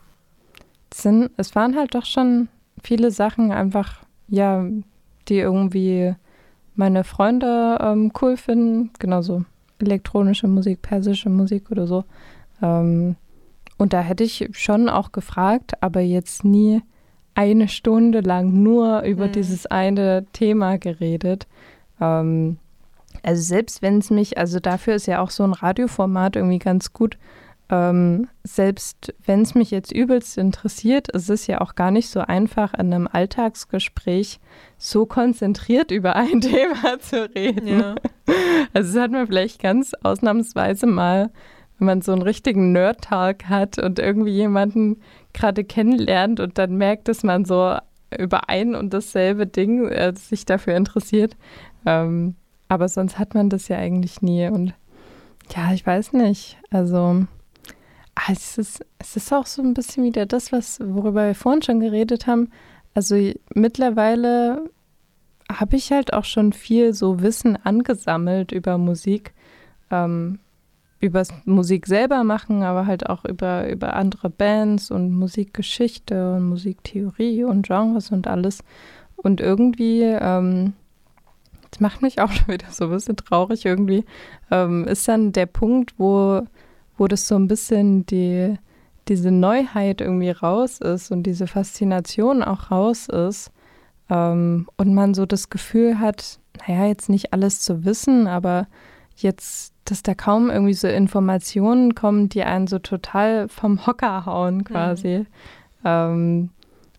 es sind, es waren halt doch schon viele Sachen einfach, ja, die irgendwie meine Freunde ähm, cool finden, genauso elektronische Musik, persische Musik oder so. Ähm, und da hätte ich schon auch gefragt, aber jetzt nie eine Stunde lang nur über Mhm. dieses eine Thema geredet. Ähm, also selbst wenn es mich, also dafür ist ja auch so ein Radioformat irgendwie ganz gut, ähm, selbst wenn es mich jetzt übelst interessiert, ist es ja auch gar nicht so einfach, in einem Alltagsgespräch so konzentriert über ein Thema zu reden. Ja. Also das hat man vielleicht ganz ausnahmsweise mal, wenn man so einen richtigen Nerd-Talk hat und irgendwie jemanden gerade kennenlernt und dann merkt, dass man so über ein und dasselbe Ding äh, sich dafür interessiert. Ähm, aber sonst hat man das ja eigentlich nie. Und ja, ich weiß nicht. Also ah, es ist, es ist auch so ein bisschen wieder das, was, worüber wir vorhin schon geredet haben. Also mittlerweile habe ich halt auch schon viel so Wissen angesammelt über Musik, ähm, über Musik selber machen, aber halt auch über, über andere Bands und Musikgeschichte und Musiktheorie und Genres und alles. Und irgendwie, ähm, das macht mich auch schon wieder so ein bisschen traurig irgendwie, ähm, ist dann der Punkt, wo, wo das so ein bisschen die, diese Neuheit irgendwie raus ist und diese Faszination auch raus ist. Ähm, und man so das Gefühl hat, naja, jetzt nicht alles zu wissen, aber jetzt, dass da kaum irgendwie so Informationen kommen, die einen so total vom Hocker hauen quasi. Mhm. Ähm,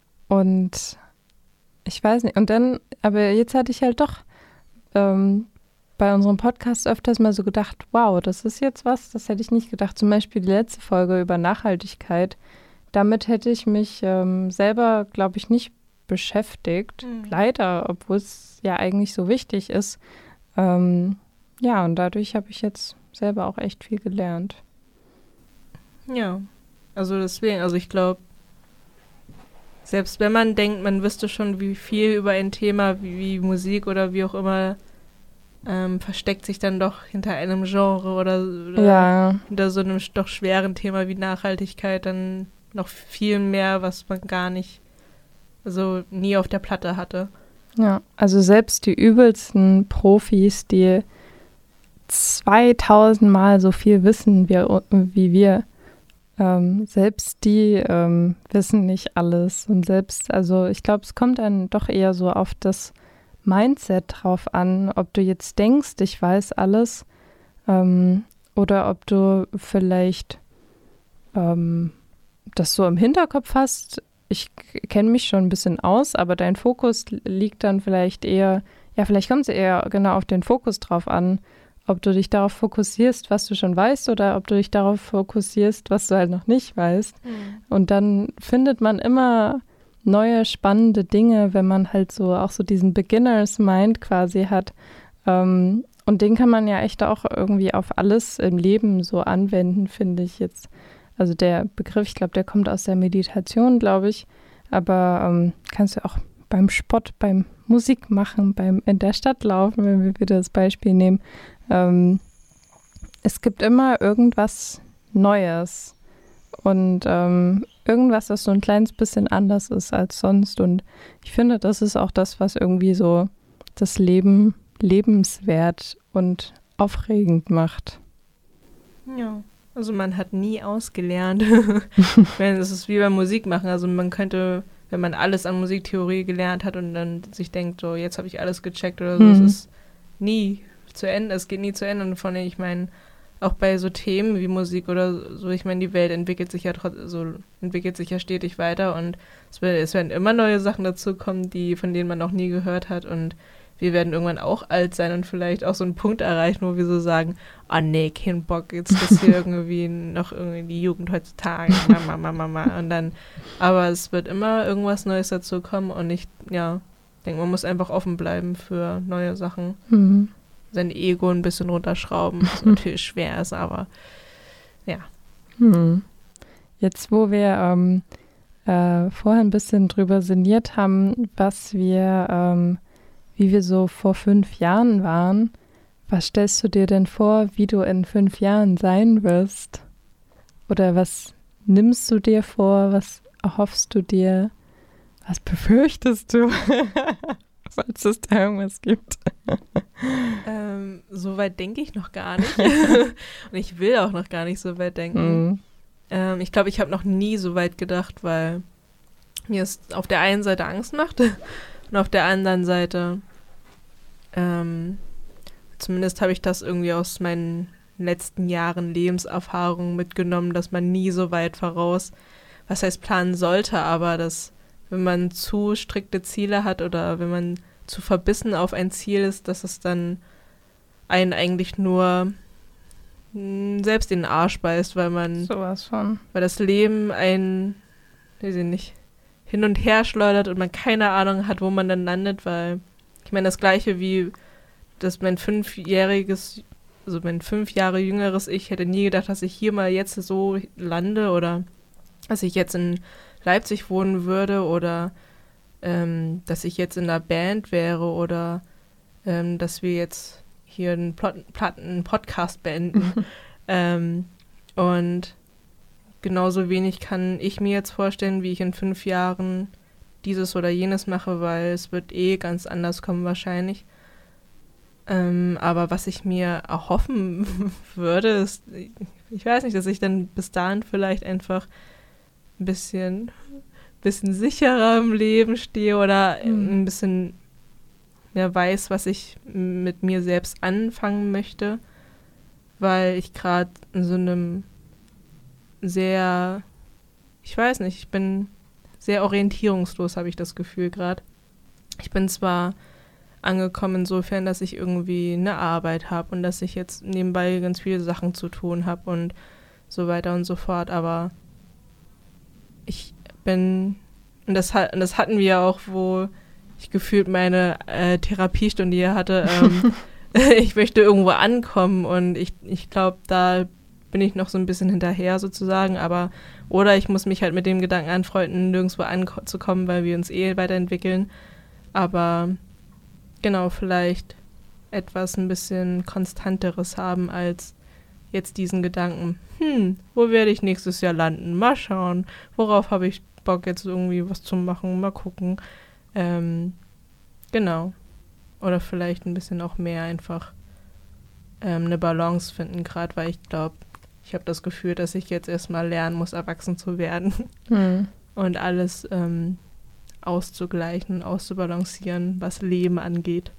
und ich weiß nicht, und dann, aber jetzt hatte ich halt doch ähm, bei unserem Podcast öfters mal so gedacht, wow, das ist jetzt was, das hätte ich nicht gedacht. Zum Beispiel die letzte Folge über Nachhaltigkeit. Damit hätte ich mich ähm, selber, glaube ich, nicht beschäftigt. Mhm. Leider, obwohl es ja eigentlich so wichtig ist. Ähm, ja, und dadurch habe ich jetzt selber auch echt viel gelernt. Ja, also deswegen, also ich glaube, selbst wenn man denkt, man wüsste schon, wie viel über ein Thema wie, wie Musik oder wie auch immer, ähm, versteckt sich dann doch hinter einem Genre oder, oder ja. hinter so einem doch schweren Thema wie Nachhaltigkeit dann noch viel mehr, was man gar nicht, also nie auf der Platte hatte. Ja, also selbst die übelsten Profis, die zweitausend Mal so viel wissen wie, wie wir, ähm, selbst die ähm, wissen nicht alles. Und selbst, also ich glaube, es kommt dann doch eher so auf das Mindset drauf an, ob du jetzt denkst, ich weiß alles, ähm, oder ob du vielleicht ähm, das so im Hinterkopf hast, ich kenne mich schon ein bisschen aus, aber dein Fokus liegt dann vielleicht eher, ja, vielleicht kommt es eher genau auf den Fokus drauf an, ob du dich darauf fokussierst, was du schon weißt, oder ob du dich darauf fokussierst, was du halt noch nicht weißt. Mhm. Und dann findet man immer neue, spannende Dinge, wenn man halt so auch so diesen Beginners Mind quasi hat. Ähm, und den kann man ja echt auch irgendwie auf alles im Leben so anwenden, finde ich jetzt. Also der Begriff, ich glaube, der kommt aus der Meditation, glaube ich. Aber ähm, kannst du auch beim Sport, beim Musik machen, beim in der Stadt laufen, wenn wir wieder das Beispiel nehmen. Ähm, es gibt immer irgendwas Neues und ähm, irgendwas, das so ein kleines bisschen anders ist als sonst. Und ich finde, das ist auch das, was irgendwie so das Leben lebenswert und aufregend macht. Ja, also man hat nie ausgelernt. Ich meine, es ist wie beim Musikmachen. Also man könnte, wenn man alles an Musiktheorie gelernt hat und dann sich denkt, so jetzt habe ich alles gecheckt oder so, Mhm. es ist nie zu Ende, es geht nie zu Ende. Und von denen, ich meine, auch bei so Themen wie Musik oder so, ich meine, die Welt entwickelt sich ja trotz, so entwickelt sich ja stetig weiter und es, wird, es werden immer neue Sachen dazukommen, die, von denen man noch nie gehört hat, und wir werden irgendwann auch alt sein und vielleicht auch so einen Punkt erreichen, wo wir so sagen, ah nee, kein Bock, jetzt ist hier irgendwie noch irgendwie die Jugend heutzutage, Mama, Mama, Mama, und dann, aber es wird immer irgendwas Neues dazu kommen und ich, ja, denke, man muss einfach offen bleiben für neue Sachen, Mhm. sein Ego ein bisschen runterschrauben, was natürlich schwer ist, aber ja. Hm. Jetzt, wo wir ähm, äh, vorher ein bisschen drüber sinniert haben, was wir, ähm, wie wir so vor fünf Jahren waren, was stellst du dir denn vor, wie du in fünf Jahren sein wirst? Oder was nimmst du dir vor? Was erhoffst du dir? Was befürchtest du? Falls es da irgendwas gibt. Ähm, so weit denke ich noch gar nicht. Und ich will auch noch gar nicht so weit denken. Mhm. Ähm, ich glaube, ich habe noch nie so weit gedacht, weil mir es auf der einen Seite Angst macht und auf der anderen Seite, ähm, zumindest habe ich das irgendwie aus meinen letzten Jahren Lebenserfahrung mitgenommen, dass man nie so weit voraus, was heißt planen sollte, aber dass, wenn man zu strikte Ziele hat oder wenn man zu verbissen auf ein Ziel ist, dass es dann einen eigentlich nur mh, selbst in den Arsch beißt, weil man, Sowas von. weil das Leben einen, weiß ich nicht, hin und her schleudert und man keine Ahnung hat, wo man dann landet, weil ich meine, das Gleiche wie, dass mein fünfjähriges, also mein fünf Jahre jüngeres Ich hätte nie gedacht, dass ich hier mal jetzt so lande oder dass ich jetzt in Leipzig wohnen würde oder ähm, dass ich jetzt in einer Band wäre oder ähm, dass wir jetzt hier einen Plot- Platten Podcast beenden. ähm, und genauso wenig kann ich mir jetzt vorstellen, wie ich in fünf Jahren dieses oder jenes mache, weil es wird eh ganz anders kommen wahrscheinlich. Ähm, aber was ich mir erhoffen würde, ist, ich weiß nicht, dass ich dann bis dahin vielleicht einfach ein bisschen, bisschen sicherer im Leben stehe oder Mhm. ein bisschen mehr weiß, was ich mit mir selbst anfangen möchte, weil ich gerade in so einem sehr, ich weiß nicht, ich bin sehr orientierungslos, habe ich das Gefühl gerade. Ich bin zwar angekommen insofern, dass ich irgendwie eine Arbeit habe und dass ich jetzt nebenbei ganz viele Sachen zu tun habe und so weiter und so fort, aber ich bin, und das, hat, und das hatten wir ja auch, wo ich gefühlt meine äh, Therapiestunde hier hatte, ähm, ich möchte irgendwo ankommen und ich, ich glaube, da bin ich noch so ein bisschen hinterher sozusagen, aber oder ich muss mich halt mit dem Gedanken anfreunden, nirgendwo anzukommen, weil wir uns eh weiterentwickeln, aber genau, vielleicht etwas ein bisschen Konstanteres haben als jetzt diesen Gedanken, hm, wo werde ich nächstes Jahr landen? Mal schauen, worauf habe ich Bock jetzt irgendwie was zu machen, mal gucken. Ähm, genau. Oder vielleicht ein bisschen auch mehr einfach ähm, eine Balance finden, gerade weil ich glaube, ich habe das Gefühl, dass ich jetzt erstmal lernen muss, erwachsen zu werden Mhm. und alles ähm, auszugleichen, auszubalancieren, was Leben angeht.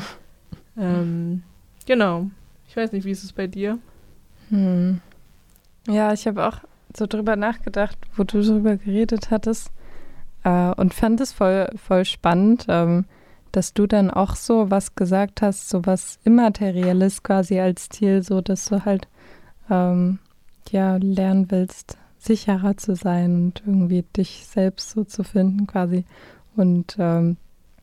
ähm, genau. Ich weiß nicht, wie ist es bei dir? Hm. Ja, ich habe auch so drüber nachgedacht, wo du drüber geredet hattest äh, und fand es voll, voll spannend, ähm, dass du dann auch so was gesagt hast, so was Immaterielles quasi als Ziel, so dass du halt ähm, ja lernen willst, sicherer zu sein und irgendwie dich selbst so zu finden quasi. Und ähm,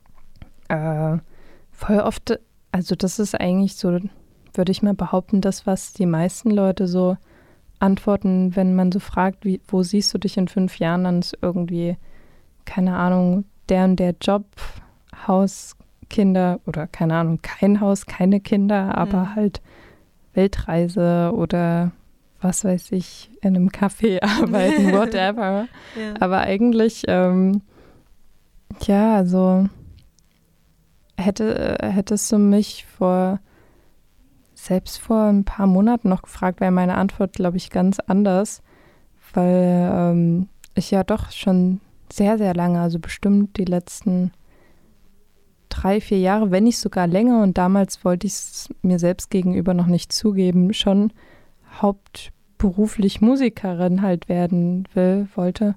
äh, voll oft, also das ist eigentlich so, würde ich mal behaupten, das, was die meisten Leute so antworten, wenn man so fragt, wie, wo siehst du dich in fünf Jahren, dann ist irgendwie, keine Ahnung, der und der Job, Haus, Kinder oder keine Ahnung, kein Haus, keine Kinder, aber mhm. halt Weltreise oder was weiß ich, in einem Café arbeiten, whatever. Ja. Aber eigentlich, ähm, ja, also hätte, hättest du mich vor, selbst vor ein paar Monaten noch gefragt, wäre meine Antwort, glaube ich, ganz anders, weil ähm, ich ja doch schon sehr, sehr lange, also bestimmt die letzten drei, vier Jahre, wenn nicht sogar länger, und damals wollte ich es mir selbst gegenüber noch nicht zugeben, schon hauptberuflich Musikerin halt werden will, wollte.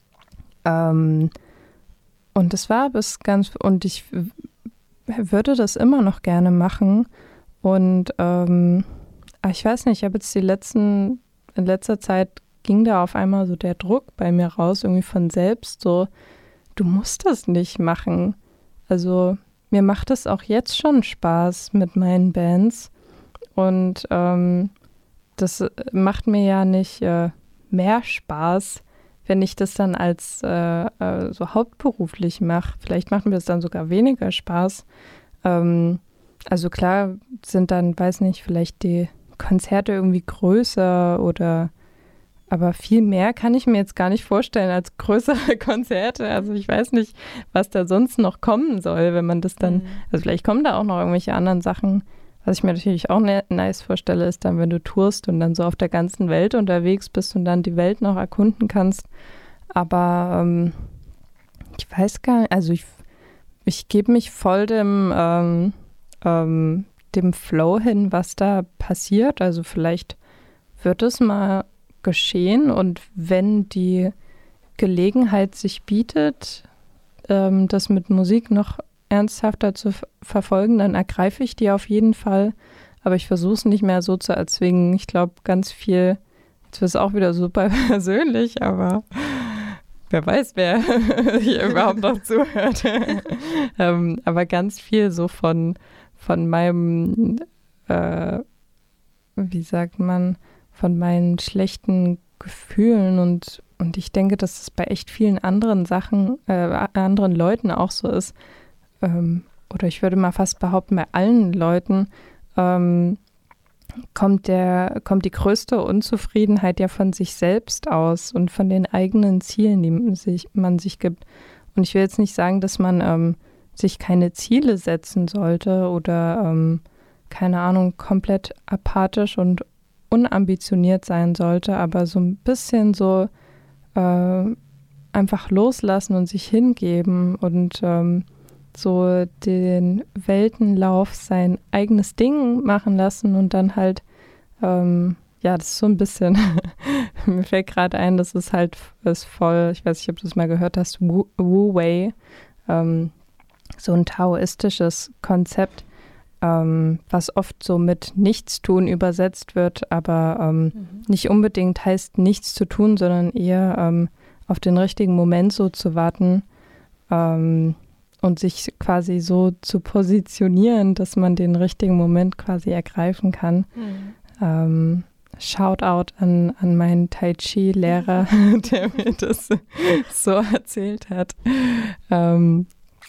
Ähm, und das war bis ganz, und ich würde das immer noch gerne machen. Und ähm, ich weiß nicht, ich habe jetzt die letzten, in letzter Zeit ging da auf einmal so der Druck bei mir raus, irgendwie von selbst, so, du musst das nicht machen. Also mir macht es auch jetzt schon Spaß mit meinen Bands und ähm, das macht mir ja nicht äh, mehr Spaß, wenn ich das dann als äh, äh, so hauptberuflich mache. Vielleicht macht mir das dann sogar weniger Spaß. Ähm, also klar sind dann, weiß nicht, vielleicht die Konzerte irgendwie größer oder aber viel mehr kann ich mir jetzt gar nicht vorstellen als größere Konzerte. Also ich weiß nicht, was da sonst noch kommen soll, wenn man das dann, mhm. also vielleicht kommen da auch noch irgendwelche anderen Sachen. Was ich mir natürlich auch ne, nice vorstelle, ist dann, wenn du tourst und dann so auf der ganzen Welt unterwegs bist und dann die Welt noch erkunden kannst. Aber ähm, ich weiß gar nicht, also ich, ich gebe mich voll dem, ähm, ähm, dem Flow hin, was da passiert. Also vielleicht wird es mal geschehen und wenn die Gelegenheit sich bietet, ähm, das mit Musik noch ernsthafter zu f- verfolgen, dann ergreife ich die auf jeden Fall. Aber ich versuche es nicht mehr so zu erzwingen. Ich glaube, ganz viel, jetzt wird es auch wieder super persönlich, aber wer weiß, wer hier überhaupt noch zuhört. ähm, aber ganz viel so von, von meinem, äh, wie sagt man, von meinen schlechten Gefühlen und, und ich denke, dass es bei echt vielen anderen Sachen, äh, anderen Leuten auch so ist, ähm, oder ich würde mal fast behaupten, bei allen Leuten ähm, kommt der, kommt die größte Unzufriedenheit ja von sich selbst aus und von den eigenen Zielen, die man sich, man sich gibt. Und ich will jetzt nicht sagen, dass man ähm, sich keine Ziele setzen sollte oder, ähm, keine Ahnung, komplett apathisch und unambitioniert sein sollte, aber so ein bisschen so äh, einfach loslassen und sich hingeben und ähm, so den Weltenlauf sein eigenes Ding machen lassen und dann halt, ähm, ja, das ist so ein bisschen, mir fällt gerade ein, das ist halt ist voll, ich weiß nicht, ob du es mal gehört hast, Wu, Wu Wei, ähm, so ein taoistisches Konzept, Ähm, was oft so mit Nichtstun übersetzt wird, aber ähm, mhm. nicht unbedingt heißt, nichts zu tun, sondern eher ähm, auf den richtigen Moment so zu warten ähm, und sich quasi so zu positionieren, dass man den richtigen Moment quasi ergreifen kann. Mhm. Ähm, Shoutout an, an meinen Tai Chi-Lehrer, der mir das so erzählt hat. Ähm,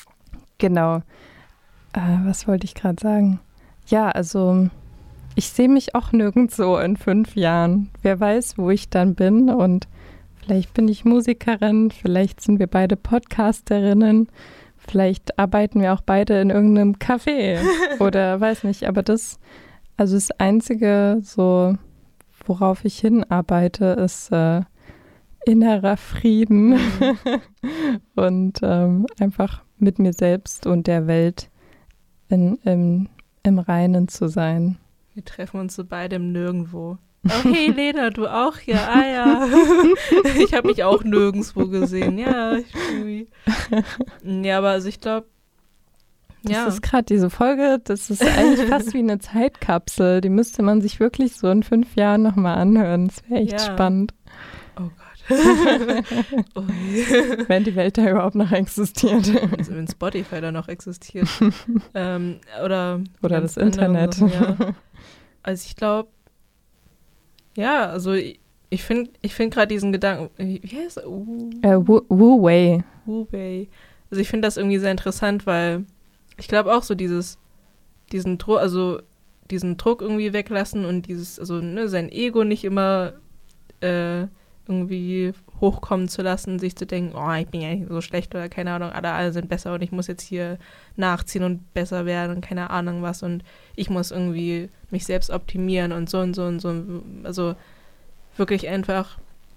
genau. Äh, was wollte ich gerade sagen? Ja, also ich sehe mich auch nirgendwo in fünf Jahren. Wer weiß, wo ich dann bin und vielleicht bin ich Musikerin, vielleicht sind wir beide Podcasterinnen, vielleicht arbeiten wir auch beide in irgendeinem Café oder weiß nicht, aber das, also das Einzige, so worauf ich hinarbeite, ist äh, innerer Frieden mhm. und ähm, einfach mit mir selbst und der Welt In, im, im Reinen zu sein. Wir treffen uns so beide im Nirgendwo. Oh, hey Lena, du auch? Ja, ah ja. Ich habe mich auch nirgendwo gesehen. Ja, ich irgendwie. Ja, aber also ich glaube, Das ja. ist gerade diese Folge, das ist eigentlich fast wie eine Zeitkapsel. Die müsste man sich wirklich so in fünf Jahren nochmal anhören. Das wäre echt Ja. spannend. Oh Gott. Ui. Wenn die Welt da überhaupt noch existiert. Also wenn Spotify da noch existiert. ähm, oder Oder ganz das Internet. andere Sachen, ja. Also ich glaube, ja, also ich, ich finde ich find gerade diesen Gedanken, wie wie heißt er? Uh, Äh, Wu Wu Wei. Wu-Wei. Also ich finde das irgendwie sehr interessant, weil ich glaube auch so dieses, diesen Druck, also diesen Druck irgendwie weglassen und dieses, also ne, sein Ego nicht immer äh, irgendwie hochkommen zu lassen, sich zu denken, oh, ich bin ja nicht so schlecht oder keine Ahnung, alle, alle sind besser und ich muss jetzt hier nachziehen und besser werden und keine Ahnung was und ich muss irgendwie mich selbst optimieren und so und so und so. Also wirklich einfach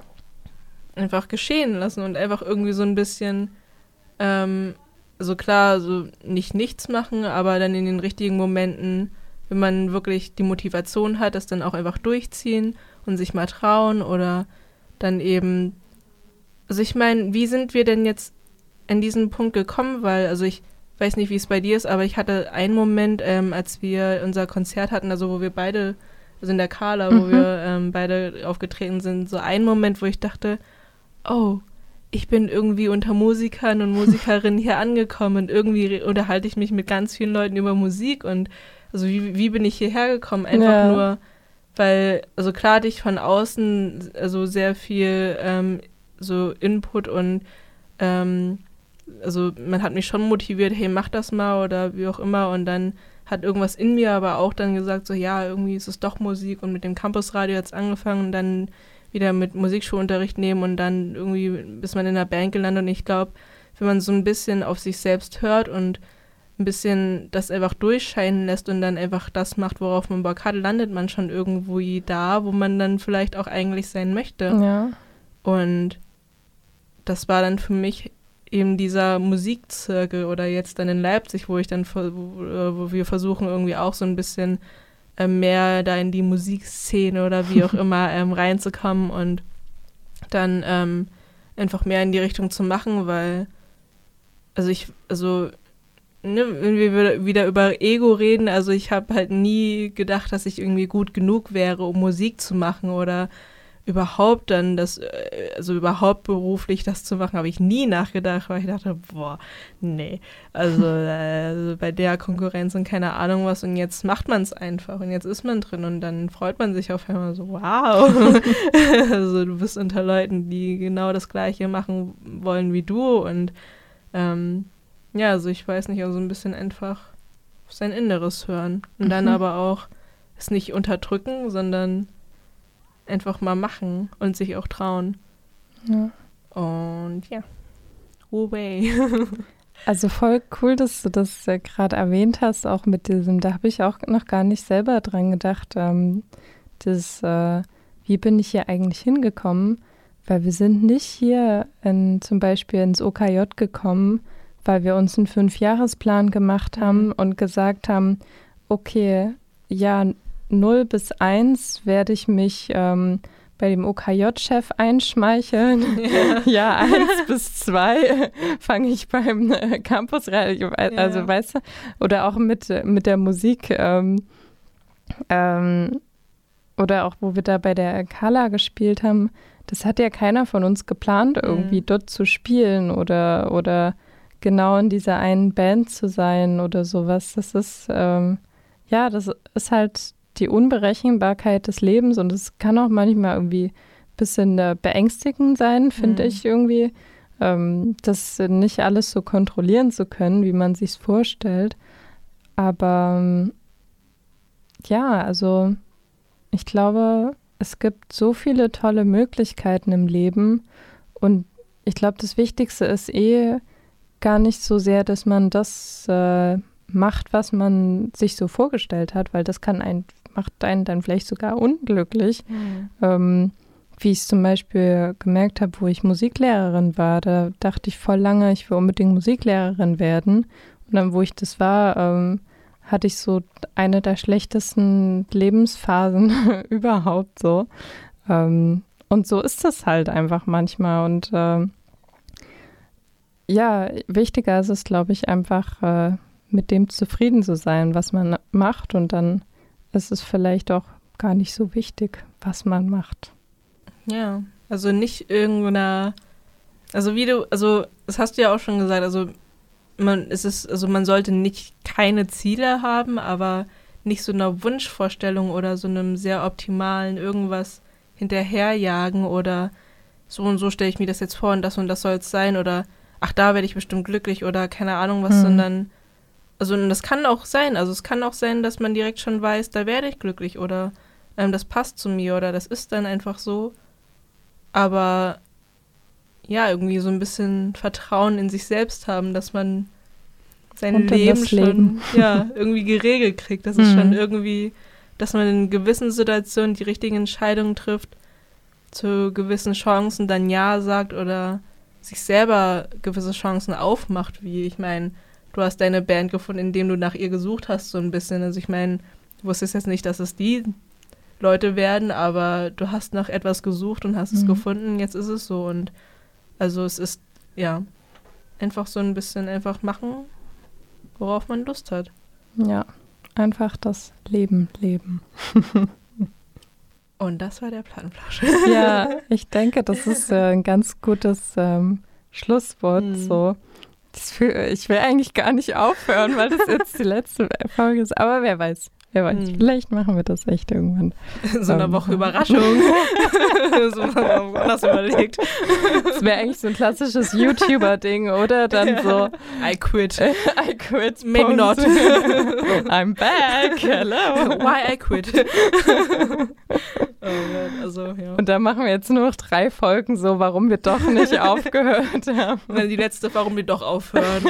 einfach geschehen lassen und einfach irgendwie so ein bisschen ähm, so klar, so nicht nichts machen, aber dann in den richtigen Momenten, wenn man wirklich die Motivation hat, das dann auch einfach durchziehen und sich mal trauen oder dann eben, also ich meine, wie sind wir denn jetzt an diesen Punkt gekommen, weil, also ich weiß nicht, wie es bei dir ist, aber ich hatte einen Moment, ähm, als wir unser Konzert hatten, also wo wir beide, also in der Carla, wo Mhm. wir ähm, beide aufgetreten sind, so ein Moment, wo ich dachte, oh, ich bin irgendwie unter Musikern und Musikerinnen hier angekommen und irgendwie re- unterhalte ich mich mit ganz vielen Leuten über Musik und also wie, wie bin ich hierher gekommen? Einfach Ja. nur, weil, also klar hatte ich von außen also sehr viel ähm, so Input und ähm, also man hat mich schon motiviert, hey, mach das mal oder wie auch immer und dann hat irgendwas in mir aber auch dann gesagt, so ja, irgendwie ist es doch Musik und mit dem Campusradio jetzt angefangen und dann wieder mit Musikschulunterricht nehmen und dann irgendwie ist man in der Band gelandet und ich glaube, wenn man so ein bisschen auf sich selbst hört und ein bisschen das einfach durchscheinen lässt und dann einfach das macht, worauf man Bock hat, landet man schon irgendwo da, wo man dann vielleicht auch eigentlich sein möchte. Ja. Und das war dann für mich eben dieser Musikzirkel oder jetzt dann in Leipzig, wo ich dann, ver- wo, äh, wo wir versuchen irgendwie auch so ein bisschen äh, mehr da in die Musikszene oder wie auch immer ähm, reinzukommen und dann ähm, einfach mehr in die Richtung zu machen, weil also ich, also ne, wenn wir wieder- wieder über Ego reden, also ich habe halt nie gedacht, dass ich irgendwie gut genug wäre, um Musik zu machen oder überhaupt dann das, äh, also überhaupt beruflich das zu machen, habe ich nie nachgedacht, weil ich dachte, boah, nee, also, äh, also bei der Konkurrenz und keine Ahnung was und jetzt macht man es einfach und jetzt ist man drin und dann freut man sich auf einmal so, wow, also du bist unter Leuten, die genau das Gleiche machen wollen wie du und ähm, ja, also ich weiß nicht, also ein bisschen einfach auf sein Inneres hören und dann Mhm. aber auch es nicht unterdrücken, sondern einfach mal machen und sich auch trauen. Ja. Und ja, Wu-Wei. Also voll cool, dass du das äh, gerade erwähnt hast, auch mit diesem, da habe ich auch noch gar nicht selber dran gedacht, ähm, das, äh, wie bin ich hier eigentlich hingekommen? Weil wir sind nicht hier in, zum Beispiel ins O K J gekommen, weil wir uns einen Fünfjahresplan gemacht haben Mhm. und gesagt haben, okay, ja, null bis eins werde ich mich ähm, bei dem O K J-Chef einschmeicheln. Ja, eins bis zwei fange ich beim äh, Campusradio, äh, also Ja. weißt du, oder auch mit, äh, mit der Musik, ähm, ähm, oder auch wo wir da bei der Carla gespielt haben, das hat ja keiner von uns geplant, irgendwie Mhm. dort zu spielen oder, oder genau in dieser einen Band zu sein oder sowas. Das ist, ähm, ja, das ist halt die Unberechenbarkeit des Lebens und es kann auch manchmal irgendwie ein bisschen äh, beängstigend sein, finde Mhm. ich irgendwie, ähm, das nicht alles so kontrollieren zu können, wie man sich's vorstellt. Aber ähm, ja, also ich glaube, es gibt so viele tolle Möglichkeiten im Leben und ich glaube, das Wichtigste ist eh gar nicht so sehr, dass man das äh, macht, was man sich so vorgestellt hat, weil das kann einen, macht einen dann vielleicht sogar unglücklich. Mhm. Ähm, wie ich es zum Beispiel gemerkt habe, wo ich Musiklehrerin war, da dachte ich voll lange, ich will unbedingt Musiklehrerin werden. Und dann, wo ich das war, ähm, hatte ich so eine der schlechtesten Lebensphasen überhaupt so. Ähm, und so ist das halt einfach manchmal. Und ähm, ja, wichtiger ist es, glaube ich, einfach äh, mit dem zufrieden zu sein, was man macht. Und dann ist es vielleicht auch gar nicht so wichtig, was man macht. Ja, also nicht irgendeiner, also wie du, also das hast du ja auch schon gesagt, also man es ist, also man sollte nicht keine Ziele haben, aber nicht so einer Wunschvorstellung oder so einem sehr optimalen irgendwas hinterherjagen oder so und so stelle ich mir das jetzt vor und das und das soll es sein oder ach, da werde ich bestimmt glücklich oder keine Ahnung was, hm. sondern, also und das kann auch sein, also es kann auch sein, dass man direkt schon weiß, da werde ich glücklich oder ähm, das passt zu mir oder das ist dann einfach so, aber ja, irgendwie so ein bisschen Vertrauen in sich selbst haben, dass man sein Und in Leben das schon Leben. ja, irgendwie geregelt kriegt. Das Mhm. ist schon irgendwie, dass man in gewissen Situationen die richtigen Entscheidungen trifft, zu gewissen Chancen dann Ja sagt oder sich selber gewisse Chancen aufmacht, wie ich meine, du hast deine Band gefunden, indem du nach ihr gesucht hast, so ein bisschen. Also ich meine, du wusstest jetzt nicht, dass es die Leute werden, aber du hast nach etwas gesucht und hast es Mhm. gefunden, jetzt ist es so und also es ist, ja, einfach so ein bisschen einfach machen, worauf man Lust hat. Ja, einfach das Leben leben. Und das war der Plattenplausch. Ja, ich denke, das ist äh, ein ganz gutes ähm, Schlusswort. Mhm. So. Das fühl, ich will eigentlich gar nicht aufhören, weil das jetzt die letzte Folge ist. Aber wer weiß, wer weiß. Mhm. Vielleicht machen wir das echt irgendwann. So eine Ähm. Woche Überraschung. So mal anders überlegt. Das wäre eigentlich so ein klassisches YouTuber-Ding, oder? Dann so, I quit. I quit. Maybe not. I'm back. Hello. Why I quit. Oh Gott, also ja. Und da machen wir jetzt nur noch drei Folgen so, warum wir doch nicht aufgehört haben. Und dann die letzte, warum wir doch aufhören.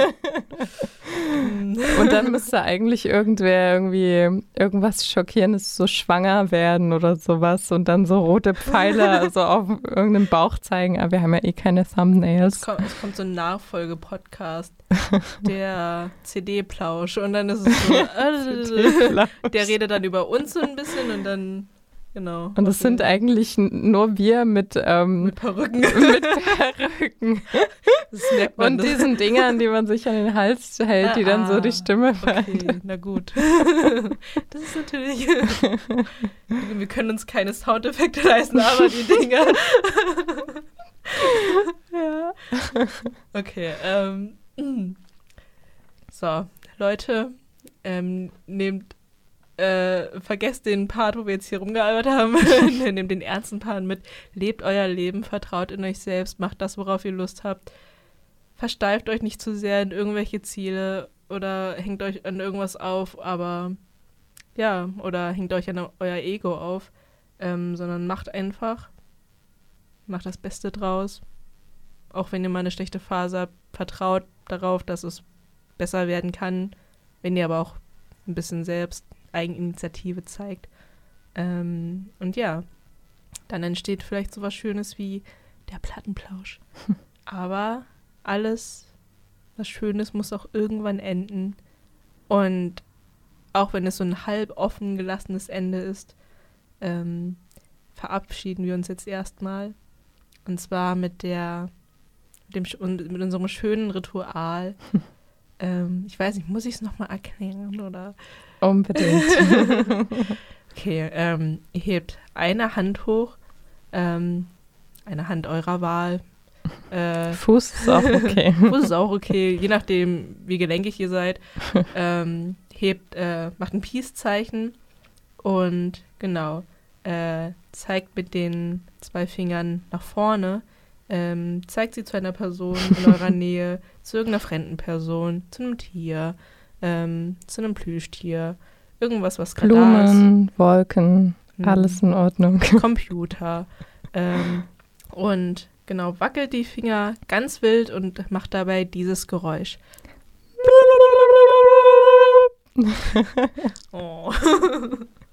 Und dann müsste eigentlich irgendwer irgendwie irgendwas Schockierendes, so schwanger werden oder sowas und dann so rote Pfeile so auf irgendeinem Bauch zeigen. Aber wir haben ja eh keine Thumbnails. Es kommt, es kommt so ein Nachfolge-Podcast, der C D-Plausch. Und dann ist es so, äh, der redet dann über uns so ein bisschen und dann, genau. Und das sind eigentlich n- nur wir mit, ähm, Mit Perücken. mit Perücken. Das merkt man. Und diesen Dingern, die man sich an den Hals hält, die dann so die Stimme Okay, verändern. na gut. Das ist natürlich. Wir können uns keine Soundeffekte leisten, aber die Dinger. Ja. Okay, ähm. So, Leute, ähm, nehmt, äh, vergesst den Part, wo wir jetzt hier rumgealbert haben. Nehmt den ernsten Part mit. Lebt euer Leben, vertraut in euch selbst, macht das, worauf ihr Lust habt. Versteift euch nicht zu sehr in irgendwelche Ziele oder hängt euch an irgendwas auf, aber ja, oder hängt euch an euer Ego auf, ähm, sondern macht einfach, macht das Beste draus. Auch wenn ihr mal eine schlechte Phase habt, vertraut darauf, dass es besser werden kann, wenn ihr aber auch ein bisschen selbst Eigeninitiative zeigt. Ähm, und ja, dann entsteht vielleicht so was Schönes wie der Plattenplausch. Aber alles, was Schönes, muss auch irgendwann enden. Und auch wenn es so ein halb offen gelassenes Ende ist, ähm, verabschieden wir uns jetzt erstmal. Und zwar mit der, mit, dem, mit unserem schönen Ritual. ähm, ich weiß nicht, muss ich es nochmal erklären, oder? Unbedingt. Okay, ähm, ihr hebt eine Hand hoch, ähm, eine Hand eurer Wahl. Äh, Fuß ist auch okay. Fuß ist auch okay, je nachdem, wie gelenkig ihr seid. Ähm, hebt, äh, macht ein Peace-Zeichen und genau, äh, zeigt mit den zwei Fingern nach vorne, ähm, zeigt sie zu einer Person in eurer Nähe, zu irgendeiner fremden Person, zu einem Tier, ähm, zu einem Plüschtier, irgendwas, was gerade da ist. Blumen, Wolken, Mhm. alles in Ordnung. Computer. ähm, und genau, wackelt die Finger ganz wild und macht dabei dieses Geräusch. Oh.